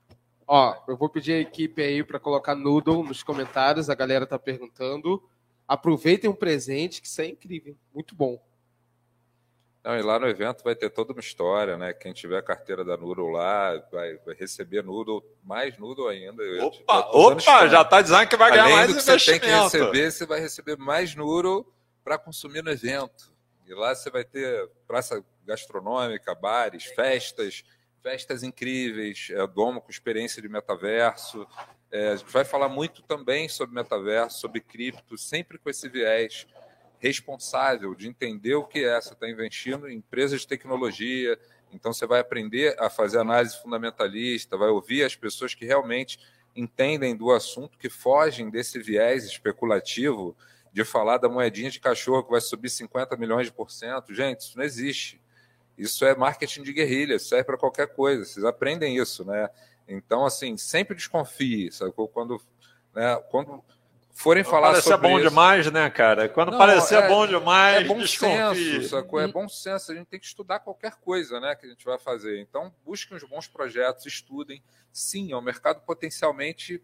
Ó, eu vou pedir a equipe aí para colocar Noodle nos comentários, a galera tá perguntando. Aproveitem um presente, que isso é incrível, muito bom. Não, e lá no evento vai ter toda uma história, né? Quem tiver a carteira da Noodle lá vai, vai receber Noodle, mais Noodle ainda. Eu já Opa, tô dando opa, spoiler. já tá dizendo que vai ganhar Além mais do que você tem que investimento. receber, você vai receber mais Noodle para consumir no evento. E lá você vai ter praça gastronômica, bares, festas, festas incríveis, é, domo com experiência de metaverso. É, a gente vai falar muito também sobre metaverso, sobre cripto, sempre com esse viés responsável, de entender o que é. Você está investindo em empresas de tecnologia, então você vai aprender a fazer análise fundamentalista, vai ouvir as pessoas que realmente entendem do assunto, que fogem desse viés especulativo de falar da moedinha de cachorro que vai subir cinquenta milhões de por cento. Gente, isso não existe. Isso é marketing de guerrilha, serve para qualquer coisa. Vocês aprendem isso, né? Então, assim, sempre desconfie, sabe? Quando, né, quando forem Quando falar parecer sobre bom isso... demais, né, cara? Quando Não, parecer é, bom demais, é bom desconfie. senso, sacou? É bom senso. A gente tem que estudar qualquer coisa, né, que a gente vai fazer. Então, busquem os bons projetos, estudem. Sim, é um mercado potencialmente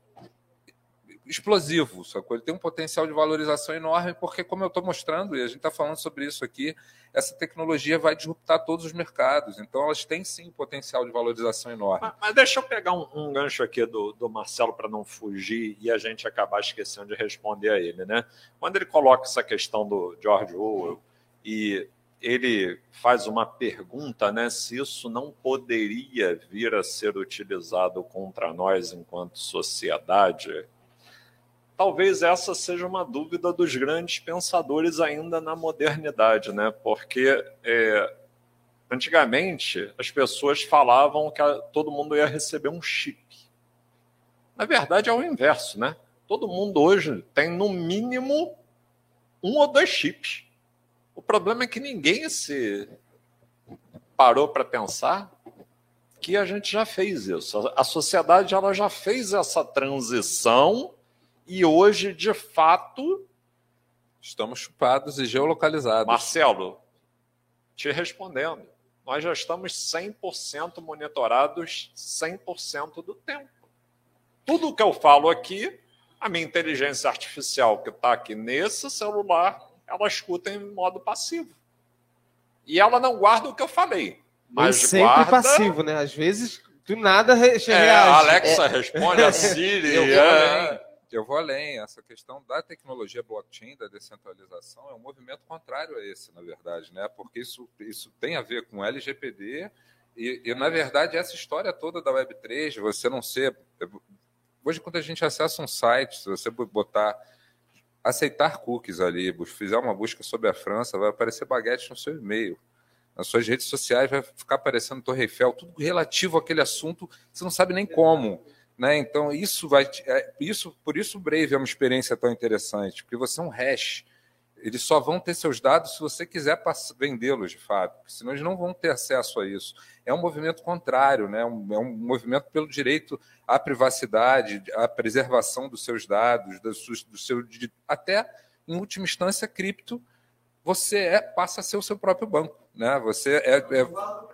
explosivo, sacou? Ele tem um potencial de valorização enorme, porque, como eu estou mostrando, e a gente está falando sobre isso aqui, essa tecnologia vai disruptar todos os mercados. Então, elas têm, sim, um potencial de valorização enorme. Mas, mas deixa eu pegar um, um gancho aqui do, do Marcelo para não fugir e a gente acabar esquecendo de responder a ele, né? Quando ele coloca essa questão do George Orwell e ele faz uma pergunta, né, se isso não poderia vir a ser utilizado contra nós enquanto sociedade... Talvez essa seja uma dúvida dos grandes pensadores ainda na modernidade, né? Porque é, antigamente as pessoas falavam que a, todo mundo ia receber um chip. Na verdade é o inverso, né? Todo mundo hoje tem no mínimo um ou dois chips. O problema é que ninguém se parou para pensar que a gente já fez isso. A sociedade ela já fez essa transição. E hoje, de fato... Estamos chupados e geolocalizados. Marcelo, te respondendo, nós já estamos cem por cento monitorados cem por cento do tempo. Tudo que eu falo aqui, a minha inteligência artificial que está aqui nesse celular, ela escuta em modo passivo. E ela não guarda o que eu falei. Mas e sempre guarda... passivo, né? Às vezes, do nada, re- É, reage. a Alexa responde, a Siri... Eu vou é... além. Eu vou além. Essa questão da tecnologia blockchain, da descentralização, é um movimento contrário a esse, na verdade, né? Porque isso, isso tem a ver com L G P D e, e, na verdade, essa história toda da web três, você não ser... Hoje, quando a gente acessa um site, se você botar aceitar cookies ali, fizer uma busca sobre a França, vai aparecer baguete no seu e-mail. Nas suas redes sociais vai ficar aparecendo Torre Eiffel, tudo relativo àquele assunto, você não sabe nem como. Né? Então, isso vai. É, isso, por isso o Brave é uma experiência tão interessante, porque você é um hash. Eles só vão ter seus dados se você quiser vendê-los de fato, senão eles não vão ter acesso a isso. É um movimento contrário, né? um, é um movimento pelo direito à privacidade, à preservação dos seus dados, do, do seu, de, até, em última instância, cripto, você é, passa a ser o seu próprio banco. Né? Você é. é...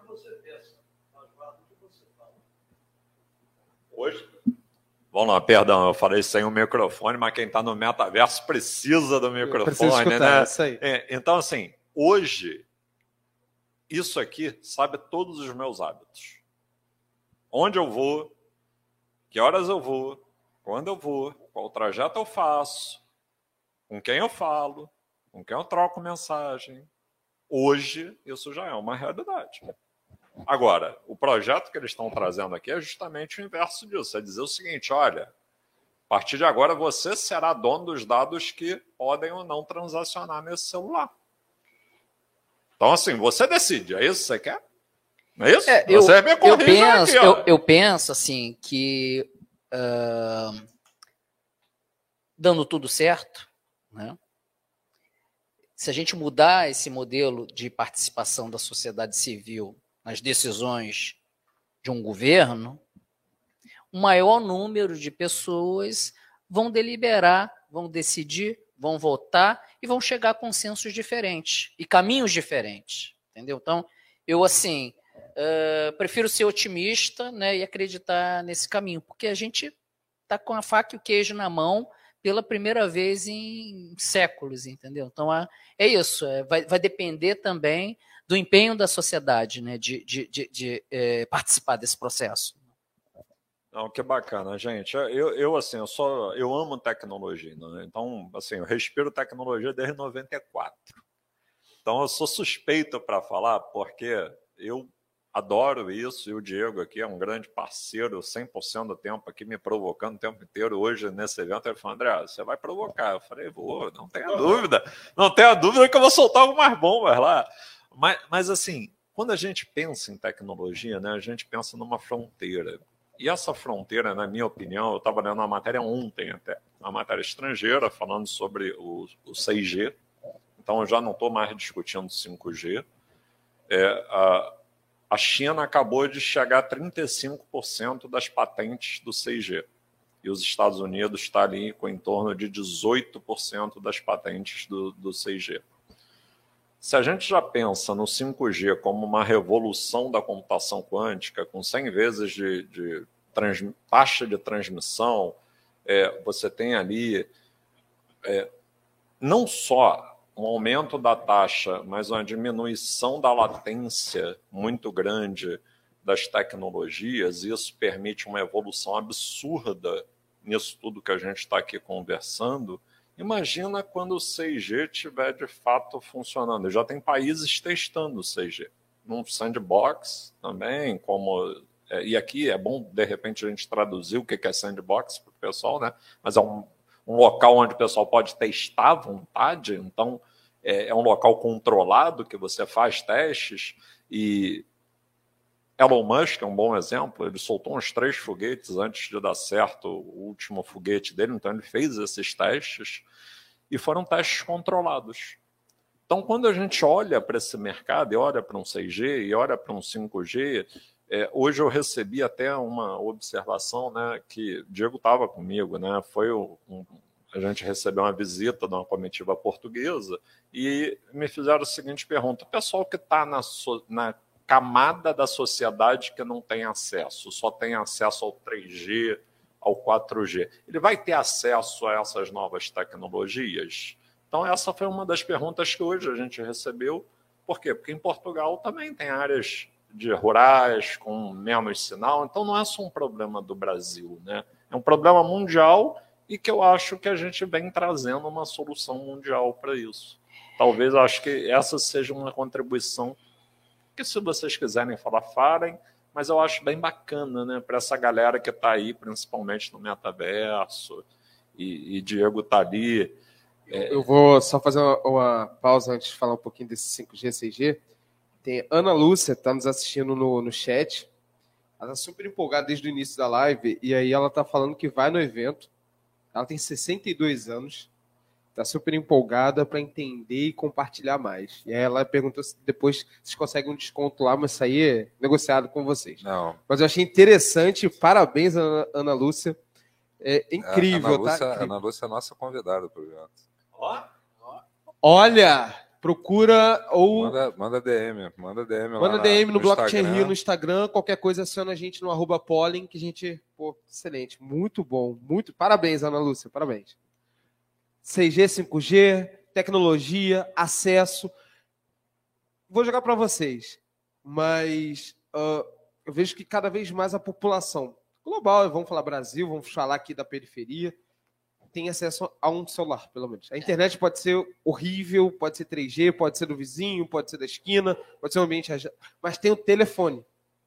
Hoje? Vamos lá, perdão, eu falei sem o microfone, mas quem está no metaverso precisa do microfone, escutar, né? Isso aí. É, então, assim, hoje, isso aqui sabe todos os meus hábitos. Onde eu vou, que horas eu vou, quando eu vou, qual trajeto eu faço, com quem eu falo, com quem eu troco mensagem. Hoje, isso já é uma realidade. Agora, o projeto que eles estão trazendo aqui é justamente o inverso disso. É dizer o seguinte, olha, a partir de agora você será dono dos dados que podem ou não transacionar nesse celular. Então, assim, você decide. É isso que você quer? Não é isso? É, eu, você me eu, penso, aqui, eu, eu penso, assim, que uh, dando tudo certo, né? Se a gente mudar esse modelo de participação da sociedade civil nas decisões de um governo, o maior número de pessoas vão deliberar, vão decidir, vão votar e vão chegar a consensos diferentes e caminhos diferentes, entendeu? Então, eu, assim, uh, prefiro ser otimista, né, e acreditar nesse caminho, porque a gente está com a faca e o queijo na mão pela primeira vez em séculos, entendeu? Então, é, é isso, é, vai, vai depender também do empenho da sociedade, né, de, de, de, de é, participar desse processo. Não, que bacana, gente. Eu, eu assim, eu só eu amo tecnologia, né? Então, assim, eu respiro tecnologia desde noventa e quatro. Então, eu sou suspeito para falar, porque eu adoro isso, e o Diego aqui é um grande parceiro, cem por cento do tempo aqui me provocando o tempo inteiro. Hoje, nesse evento, ele falou, André, você vai provocar. Eu falei, vou, não tenha dúvida. Não tenha dúvida que eu vou soltar algo mais bom, vai lá. Mas, mas, assim, quando a gente pensa em tecnologia, né, a gente pensa numa fronteira. E essa fronteira, na minha opinião, eu estava lendo uma matéria ontem até, uma matéria estrangeira, falando sobre o, o seis G. Então, eu já não estou mais discutindo cinco G. É, a, a China acabou de chegar a trinta e cinco por cento das patentes do seis G. E os Estados Unidos está ali com em torno de dezoito por cento das patentes do, do seis G. Se a gente já pensa no cinco G como uma revolução da computação quântica, com cem vezes de, de trans, taxa de transmissão, é, você tem ali é, não só um aumento da taxa, mas uma diminuição da latência muito grande das tecnologias. Isso permite uma evolução absurda nisso tudo que a gente está aqui conversando. Imagina quando o seis G estiver de fato funcionando. Já tem países testando o seis G. Num sandbox também, como... É, e aqui é bom, de repente, a gente traduzir o que é sandbox para o pessoal, né? Mas é um, um local onde o pessoal pode testar à vontade. Então, é, é um local controlado que você faz testes. E Elon Musk é um bom exemplo. Ele soltou uns três foguetes antes de dar certo o último foguete dele. Então, ele fez esses testes e foram testes controlados. Então, quando a gente olha para esse mercado e olha para um seis G e olha para um cinco G, é, hoje eu recebi até uma observação, né, que o Diego estava comigo, né, foi um, a gente recebeu uma visita de uma comitiva portuguesa e me fizeram a seguinte pergunta: o pessoal que está na, so, na camada da sociedade que não tem acesso, só tem acesso ao três G, ao quatro G, ele vai ter acesso a essas novas tecnologias? Então, essa foi uma das perguntas que hoje a gente recebeu. Por quê? Porque em Portugal também tem áreas de rurais com menos sinal, então não é só um problema do Brasil, né? É um problema mundial e que eu acho que a gente vem trazendo uma solução mundial para isso. Talvez eu acho que essa seja uma contribuição que, se vocês quiserem falar, falem, mas eu acho bem bacana, né, para essa galera que está aí, principalmente no metaverso, e, e Diego está ali. É... Eu vou só fazer uma, uma pausa antes de falar um pouquinho desse cinco G, seis G. Tem Ana Lúcia, está nos assistindo no, no chat. Ela está super empolgada desde o início da live, e aí ela está falando que vai no evento. Ela tem sessenta e dois anos, está super empolgada para entender e compartilhar mais. E aí ela perguntou se depois vocês conseguem um desconto lá, mas isso aí é negociado com vocês. Não. Mas eu achei interessante, parabéns, Ana, Ana Lúcia. É incrível, a Ana Lúcia, tá? Incrível. Ana Lúcia é a nossa convidada para o evento. Ó, ó. Olha, procura ou... Manda, manda D M, manda D M Manda lá D M no, no Blockchain Instagram. Rio, no Instagram, qualquer coisa aciona a gente no arroba Pollen, que a gente, pô, excelente, muito bom, muito, parabéns, Ana Lúcia, parabéns. seis G, cinco G, tecnologia, acesso, vou jogar para vocês, mas uh, eu vejo que cada vez mais a população global, vamos falar Brasil, vamos falar aqui da periferia, tem acesso a um celular, pelo menos. A internet pode ser horrível, pode ser três G, pode ser do vizinho, pode ser da esquina, pode ser um ambiente... Mas tem o telefone.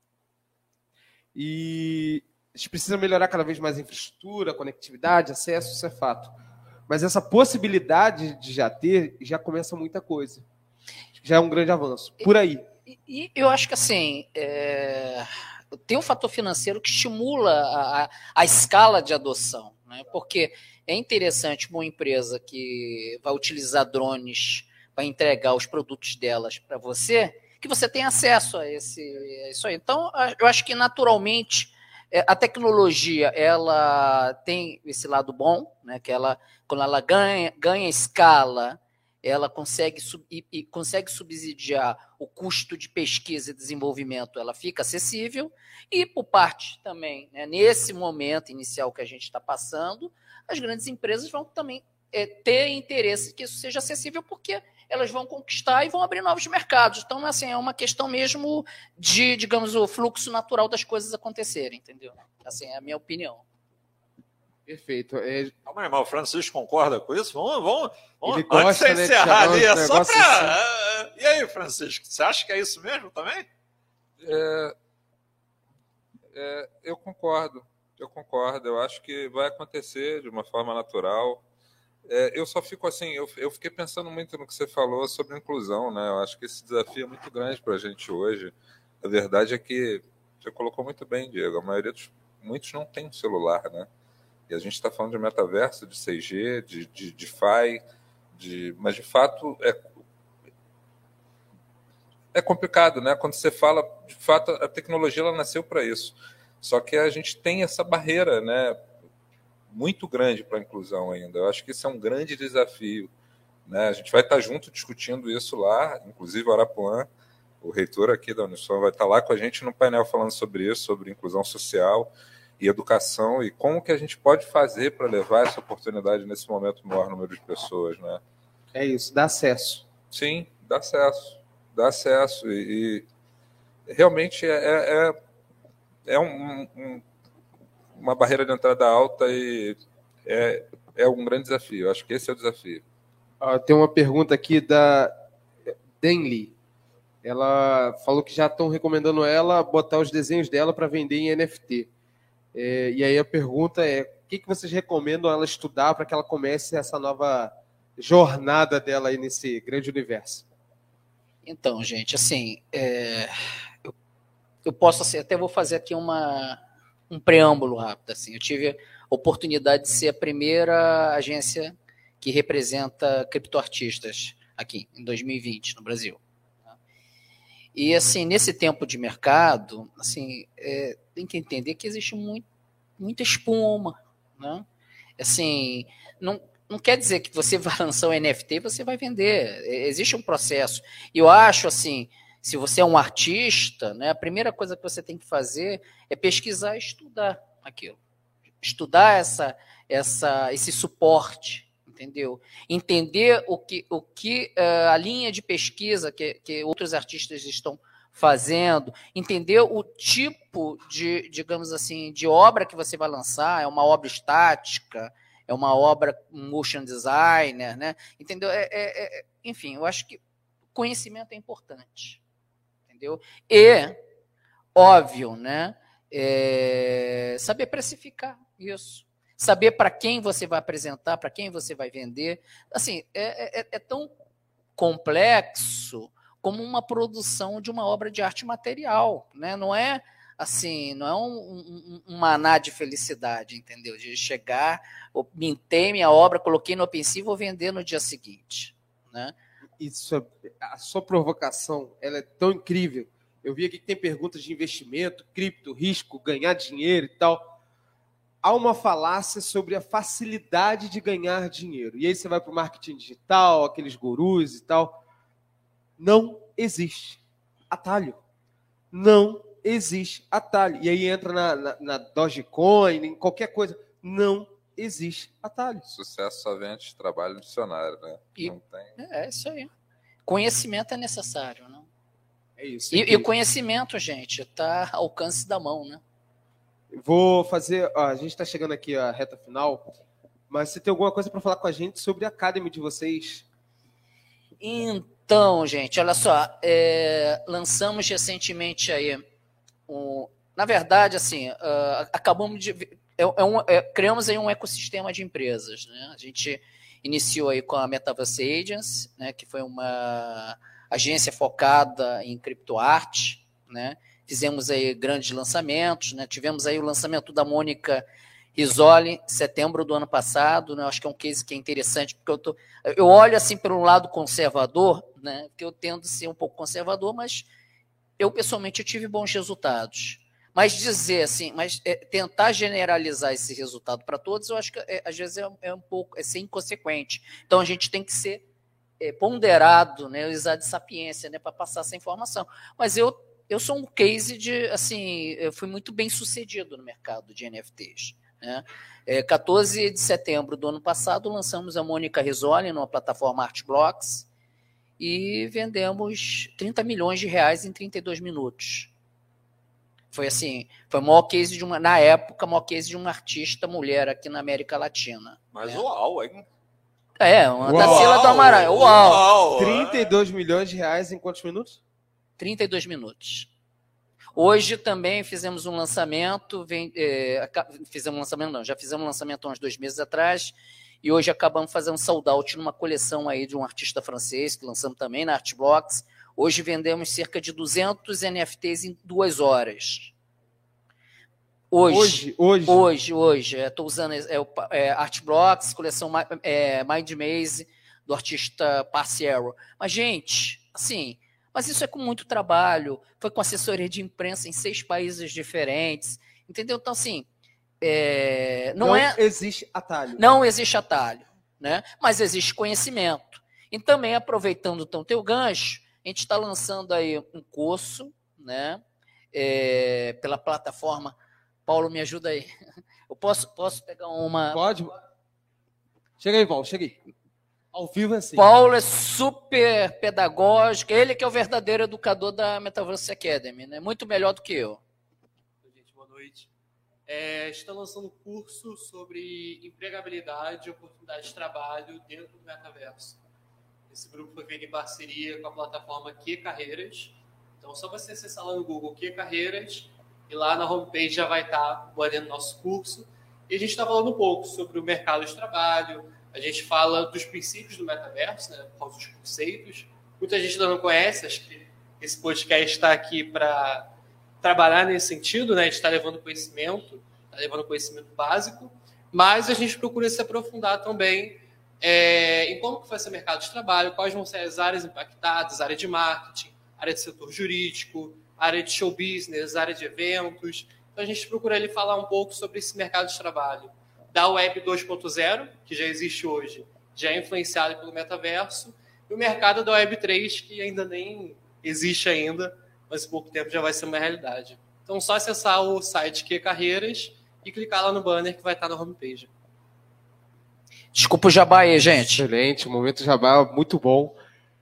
E a gente precisa melhorar cada vez mais a infraestrutura, conectividade, acesso, isso é fato. Mas essa possibilidade de já ter, já começa muita coisa. Já é um grande avanço. Por aí. E, e eu acho que, assim, é... tem um fator financeiro que estimula a, a, a escala de adoção, né? Porque é interessante uma empresa que vai utilizar drones para entregar os produtos delas para você, que você tem acesso a, esse, a isso aí. Então, eu acho que, naturalmente, a tecnologia ela tem esse lado bom, né? Que ela, quando ela ganha, ganha escala, ela consegue, sub, e, e consegue subsidiar o custo de pesquisa e desenvolvimento, ela fica acessível, e por parte também, né, nesse momento inicial que a gente está passando, as grandes empresas vão também é, ter interesse que isso seja acessível, porque elas vão conquistar e vão abrir novos mercados. Então, assim, é uma questão mesmo de, digamos, o fluxo natural das coisas acontecerem, entendeu? Assim, é a minha opinião. Perfeito. É... Calma aí, mas o Francisco concorda com isso? Vamos, vamos, vamos Ele gosta, antes de né, encerrar de ali, é só negócio pra... assim. E aí, Francisco, você acha que é isso mesmo também? É, é, eu concordo, eu concordo. Eu acho que vai acontecer de uma forma natural. É, eu só fico assim, eu, eu fiquei pensando muito no que você falou sobre inclusão, né? Eu acho que esse desafio é muito grande para a gente hoje. A verdade é que você colocou muito bem, Diego. A maioria dos muitos não tem um celular, né? E a gente está falando de metaverso, de seis G, de, de, de DeFi, de, mas de fato é é complicado, né? Quando você fala, de fato, a tecnologia ela nasceu para isso. Só que a gente tem essa barreira, né? Muito grande para a inclusão ainda. Eu acho que isso é um grande desafio, né? A gente vai estar junto discutindo isso lá, inclusive o Arapuã, o reitor aqui da Unisul, vai estar lá com a gente no painel falando sobre isso, sobre inclusão social e educação e como que a gente pode fazer para levar essa oportunidade nesse momento maior número de pessoas, né? É isso, dá acesso. Sim, dá acesso, dá acesso e, e realmente é, é, é um, um uma barreira de entrada alta e é, é um grande desafio. Eu acho que esse é o desafio. Ah, tem uma pergunta aqui da Denli. Ela falou que já estão recomendando ela botar os desenhos dela para vender em N F T. É, e aí a pergunta é, o que, que vocês recomendam ela estudar para que ela comece essa nova jornada dela aí nesse grande universo? Então, gente, assim, é, eu, eu posso, assim, até vou fazer aqui uma... um preâmbulo rápido. Assim. Eu tive a oportunidade de ser a primeira agência que representa criptoartistas aqui, em dois mil e vinte, no Brasil. E, assim, nesse tempo de mercado, assim, é, tem que entender que existe muito, muita espuma. Né? Assim, não, não quer dizer que você vai lançar um N F T e você vai vender. Existe um processo. E eu acho, assim, se você é um artista, né, a primeira coisa que você tem que fazer é pesquisar e estudar aquilo. Estudar essa, essa, esse suporte, entendeu? Entender o que, o que uh, a linha de pesquisa que, que outros artistas estão fazendo, entender o tipo de, digamos assim, de obra que você vai lançar, é uma obra estática, é uma obra motion designer, né? Entendeu? É, é, é, enfim, eu acho que conhecimento é importante. Entendeu? E, óbvio, né? É, saber precificar isso. Saber para quem você vai apresentar, para quem você vai vender. Assim, é, é, é tão complexo como uma produção de uma obra de arte material. Né? Não é assim, não é um, um, um maná de felicidade, entendeu? De chegar, pintei minha obra, coloquei no OpenSea e vou vender no dia seguinte. Né? Isso, a sua provocação, ela é tão incrível. Eu vi aqui que tem perguntas de investimento, cripto, risco, ganhar dinheiro e tal. Há uma falácia sobre a facilidade de ganhar dinheiro. E aí você vai para o marketing digital, aqueles gurus e tal. Não existe atalho. Não existe atalho. E aí entra na, na, na Dogecoin, em qualquer coisa. Não existe atalho. Sucesso só vem antes de trabalho no dicionário, né? E, não tem... É isso aí. Conhecimento é necessário, né? É isso. E, e o conhecimento, gente, está ao alcance da mão, né? Vou fazer... Ó, a gente está chegando aqui à reta final, mas você tem alguma coisa para falar com a gente sobre a Academy de vocês? Então, gente, olha só. É, lançamos recentemente aí... Um, na verdade, assim, uh, acabamos de... É, é um, é, criamos aí um ecossistema de empresas, né? A gente iniciou aí com a Metaverse Agents, né, que foi uma agência focada em criptoarte, né? Fizemos aí grandes lançamentos, né? Tivemos aí o lançamento da Mônica Risoli, em setembro do ano passado, né? Acho que é um case que é interessante, porque eu, tô, eu olho assim pelo lado conservador, né? Que eu tendo a ser um pouco conservador, mas eu pessoalmente eu tive bons resultados. Mas dizer assim, mas é, tentar generalizar esse resultado para todos, eu acho que é, às vezes é, é um pouco, é ser inconsequente. Então a gente tem que ser é, ponderado, né, usar de sapiência, né, para passar essa informação. Mas eu, eu sou um case de, assim, eu fui muito bem sucedido no mercado de N F Ts. Né? É, quatorze de setembro do ano passado, lançamos a Mônica Risoli numa plataforma Artblocks e vendemos trinta milhões de reais em trinta e dois minutos. Foi assim, foi o maior case de uma, na época, o maior case de uma artista mulher aqui na América Latina. Mas né? uau, hein? É, uma Uau, Tarsila do Amaral. Uau! trinta e dois milhões de reais em quantos minutos? trinta e dois minutos. Hoje também fizemos um lançamento, vem, é, fizemos um lançamento não, já fizemos um lançamento há uns dois meses atrás, e hoje acabamos fazendo um sold out numa coleção aí de um artista francês, que lançamos também na Artblocks. Hoje vendemos cerca de duzentos N F Ts em duas horas. Hoje, hoje, hoje, hoje. Estou usando é, é, Artblocks, coleção é, Mind Maze, do artista Parciero. Mas, gente, assim... Mas isso é com muito trabalho, foi com assessoria de imprensa em seis países diferentes, entendeu? Então, assim, é, não, não é... existe atalho. Não existe atalho, né? Mas existe conhecimento. E também, aproveitando então o teu gancho, a gente está lançando aí um curso, né? É, pela plataforma... Paulo, me ajuda aí. Eu posso, posso pegar uma... Pode. Chega aí, Paulo, chega aí. Ao vivo é assim. Paulo é super pedagógico, ele que é o verdadeiro educador da Metaverse Academy, né? Muito melhor do que eu. Gente, boa noite. É, está lançando um curso sobre empregabilidade e oportunidade de trabalho dentro do metaverso. Esse grupo foi feito em parceria com a plataforma Que Carreiras. Então, só você acessar lá no Google Que Carreiras e lá na homepage já vai estar o nosso curso. E a gente está falando um pouco sobre o mercado de trabalho. A gente fala dos princípios do metaverso, né, por causa dos conceitos. Muita gente ainda não conhece, acho que esse podcast está aqui para trabalhar nesse sentido, né, de estar levando conhecimento, tá levando conhecimento básico, mas a gente procura se aprofundar também é, em como vai ser o mercado de trabalho, quais vão ser as áreas impactadas, área de marketing, área de setor jurídico, área de show business, área de eventos. Então a gente procura ali falar um pouco sobre esse mercado de trabalho da Web dois ponto zero, que já existe hoje, já é influenciado pelo metaverso, e o mercado da Web três, que ainda nem existe ainda, mas em pouco tempo já vai ser uma realidade. Então, só acessar o site Que Carreiras e clicar lá no banner que vai estar na homepage. Desculpa o jabá aí, gente. Excelente, o momento jabá muito bom.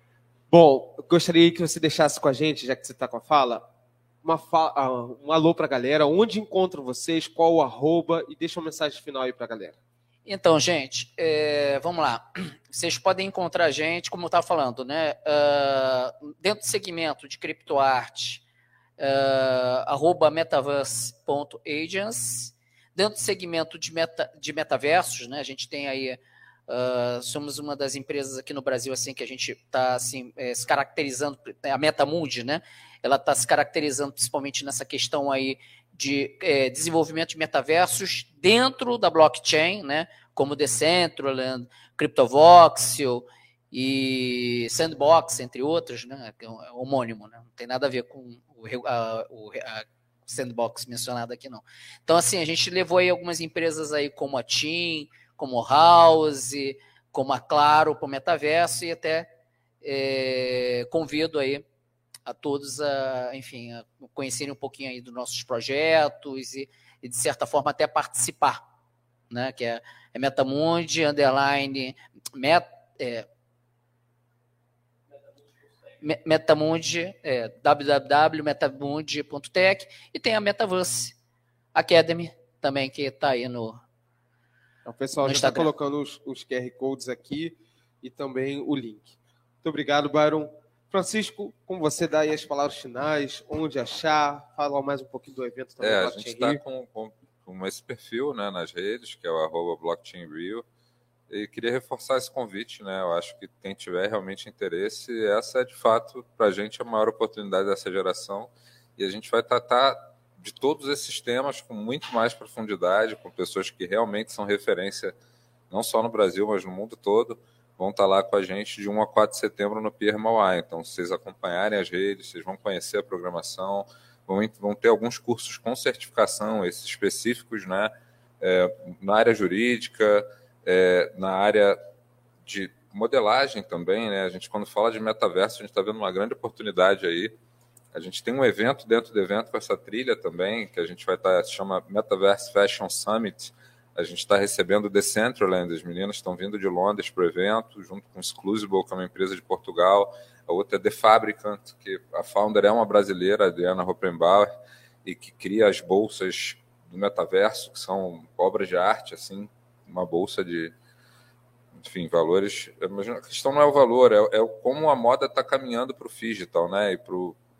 Bom, eu gostaria que você deixasse com a gente, já que você está com a fala, Uma fa... um alô para a galera, onde encontram vocês, qual o arroba, e deixa uma mensagem final aí para a galera. Então, gente, é, vamos lá. Vocês podem encontrar a gente, como eu estava falando, né? Uh, dentro do segmento de criptoarte, uh, arroba metaverse ponto agents. Dentro do segmento de, meta, de metaversos, né? A gente tem aí, uh, somos uma das empresas aqui no Brasil assim, que a gente está assim, é, se caracterizando, a Metamundi, né? Ela está se caracterizando principalmente nessa questão aí de é, desenvolvimento de metaversos dentro da blockchain, né, como Decentraland, CryptoVoxel e Sandbox, entre outros, né, que é homônimo, né, não tem nada a ver com o, a, o a Sandbox mencionado aqui, não. Então, assim, a gente levou aí algumas empresas aí como a TIM, como a House, como a Claro para o metaverso e até é, convido aí a todos a, enfim, a conhecerem um pouquinho aí dos nossos projetos e, e de certa forma, até participar, né? Que é, é Metamundi, underline, met, é, Metamundi, é, w w w ponto metamundi ponto tech, e tem a Metaverse Academy também, que está aí no O pessoal já está colocando os, os Q R Codes aqui e também o link. Muito obrigado, Byron. Francisco, como você dá aí as palavras finais, onde achar, fala mais um pouquinho do evento também. É, a gente está com, com, com esse perfil, né, nas redes, que é o arroba Blockchain Rio, e queria reforçar esse convite, né, eu acho que quem tiver realmente interesse, essa é de fato, para a gente, a maior oportunidade dessa geração, e a gente vai tratar de todos esses temas com muito mais profundidade, com pessoas que realmente são referência, não só no Brasil, mas no mundo todo, vão estar lá com a gente de um a quatro de setembro no Pier Mauá. Então, se vocês acompanharem as redes, vocês vão conhecer a programação, vão, vão ter alguns cursos com certificação, esses específicos, né, é, na área jurídica, é, na área de modelagem também, né? A gente, quando fala de metaverso, a gente está vendo uma grande oportunidade aí. A gente tem um evento dentro do evento com essa trilha também, que a gente vai estar, se chama Metaverse Fashion Summit. A gente está recebendo o Decentraland, as meninas estão vindo de Londres para o evento, junto com o Exclusible, que é uma empresa de Portugal. A outra é The Fabricant, que a founder é uma brasileira, a Adriana Hoppenbauer, e que cria as bolsas do metaverso, que são obras de arte, assim, uma bolsa de, enfim, valores. A questão não é o valor, é, é como a moda está caminhando para o digital, né, e para o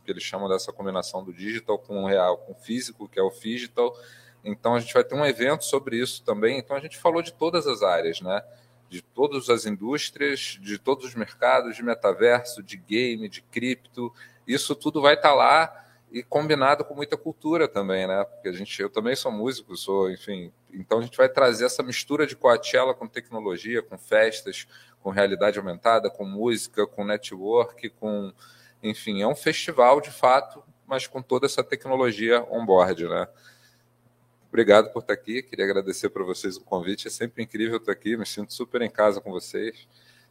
que eles chamam dessa combinação do digital com o real, com o físico, que é o phygital. Então, a gente vai ter um evento sobre isso também. Então, a gente falou de todas as áreas, né? De todas as indústrias, de todos os mercados, de metaverso, de game, de cripto. Isso tudo vai estar lá e combinado com muita cultura também, né? Porque a gente, eu também sou músico, sou, enfim. Então, a gente vai trazer essa mistura de Coachella com tecnologia, com festas, com realidade aumentada, com música, com network, com... Enfim, é um festival, de fato, mas com toda essa tecnologia on-board, né? Obrigado por estar aqui. Queria agradecer para vocês o convite. É sempre incrível estar aqui. Me sinto super em casa com vocês.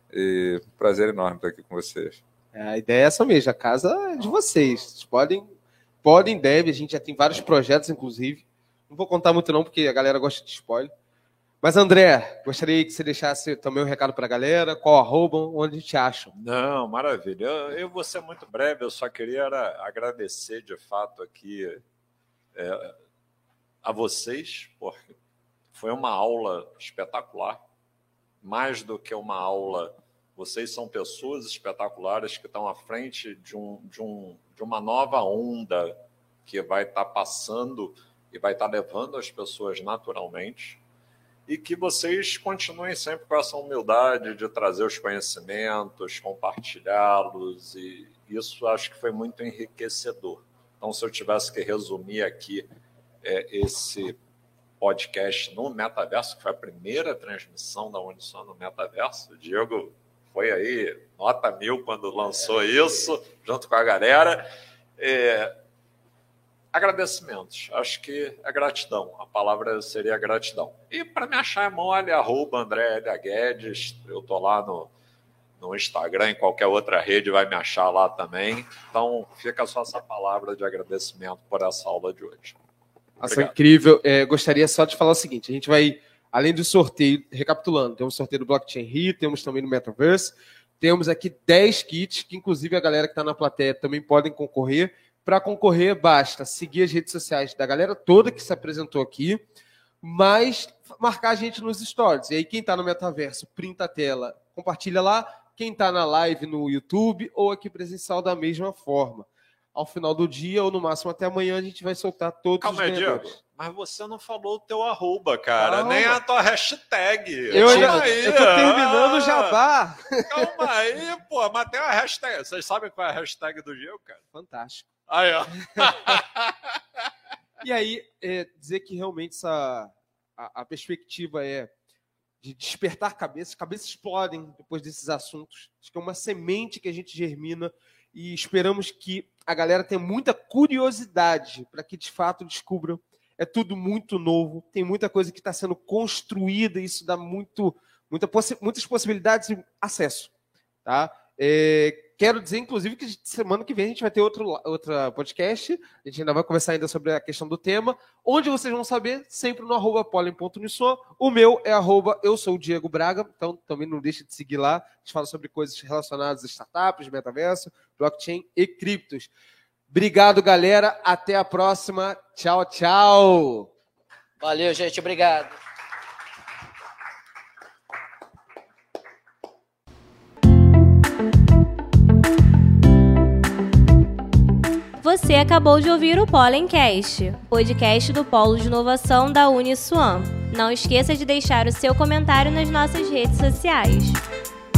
E prazer enorme estar aqui com vocês. A ideia é essa mesmo. A casa é de vocês. Vocês podem, podem, devem. A gente já tem vários projetos, inclusive. Não vou contar muito não, porque a galera gosta de spoiler. Mas, André, gostaria que você deixasse também um recado para a galera. Qual arroba, onde te acham? Não, maravilha. Eu, eu vou ser muito breve. Eu só queria era agradecer, de fato, aqui... É, a vocês, porque foi uma aula espetacular, mais do que uma aula, vocês são pessoas espetaculares que estão à frente de, um, de, um, de uma nova onda que vai estar passando e vai estar levando as pessoas naturalmente, e que vocês continuem sempre com essa humildade de trazer os conhecimentos, compartilhá-los, e isso acho que foi muito enriquecedor. Então, se eu tivesse que resumir aqui É, esse podcast no Metaverso, que foi a primeira transmissão da Unisul no Metaverso. O Diego foi aí, nota mil, quando lançou isso, junto com a galera. É, agradecimentos. Acho que é gratidão. A palavra seria gratidão. E para me achar é mole, arroba André L. Guedes. Eu estou lá no, no Instagram, em qualquer outra rede, vai me achar lá também. Então, fica só essa palavra de agradecimento por essa aula de hoje. Nossa, incrível. É, gostaria só de falar o seguinte, a gente vai, além do sorteio, recapitulando, temos sorteio do Blockchain Rio, temos também no Metaverse, temos aqui dez kits, que inclusive a galera que está na plateia também podem concorrer. Para concorrer, basta seguir as redes sociais da galera toda que se apresentou aqui, mas marcar a gente nos stories. E aí quem está no Metaverso, printa a tela, compartilha lá. Quem está na live no YouTube ou aqui presencial da mesma forma. Ao final do dia, ou no máximo até amanhã, a gente vai soltar todos Calma os aí, Diego. Mas você não falou o teu arroba, cara. Calma. Nem a tua hashtag. Eu, Calma eu, aí. eu tô terminando o jabá. Calma aí, pô. Mas tem uma hashtag. Vocês sabem qual é a hashtag do Diego, cara? Fantástico. Aí, ó. E aí, é, dizer que realmente essa, a, a perspectiva é de despertar cabeças. Cabeças explodem depois desses assuntos. Acho que é uma semente que a gente germina e esperamos que a galera tenha muita curiosidade para que, de fato, descubram. É tudo muito novo, tem muita coisa que está sendo construída, e isso dá muito, muita possi- muitas possibilidades de acesso. Tá? É, quero dizer, inclusive, que semana que vem a gente vai ter outro outra podcast, a gente ainda vai conversar ainda sobre a questão do tema, onde vocês vão saber, sempre no arroba pollen ponto uniswan. O meu é arroba eu sou o Diego Braga, então também não deixe de seguir lá, a gente fala sobre coisas relacionadas a startups, metaverso, blockchain e criptos. Obrigado, galera. Até a próxima. Tchau, tchau. Valeu, gente. Obrigado. Você acabou de ouvir o Pollencast, podcast do Polo de Inovação da Uniswan. Não esqueça de deixar o seu comentário nas nossas redes sociais.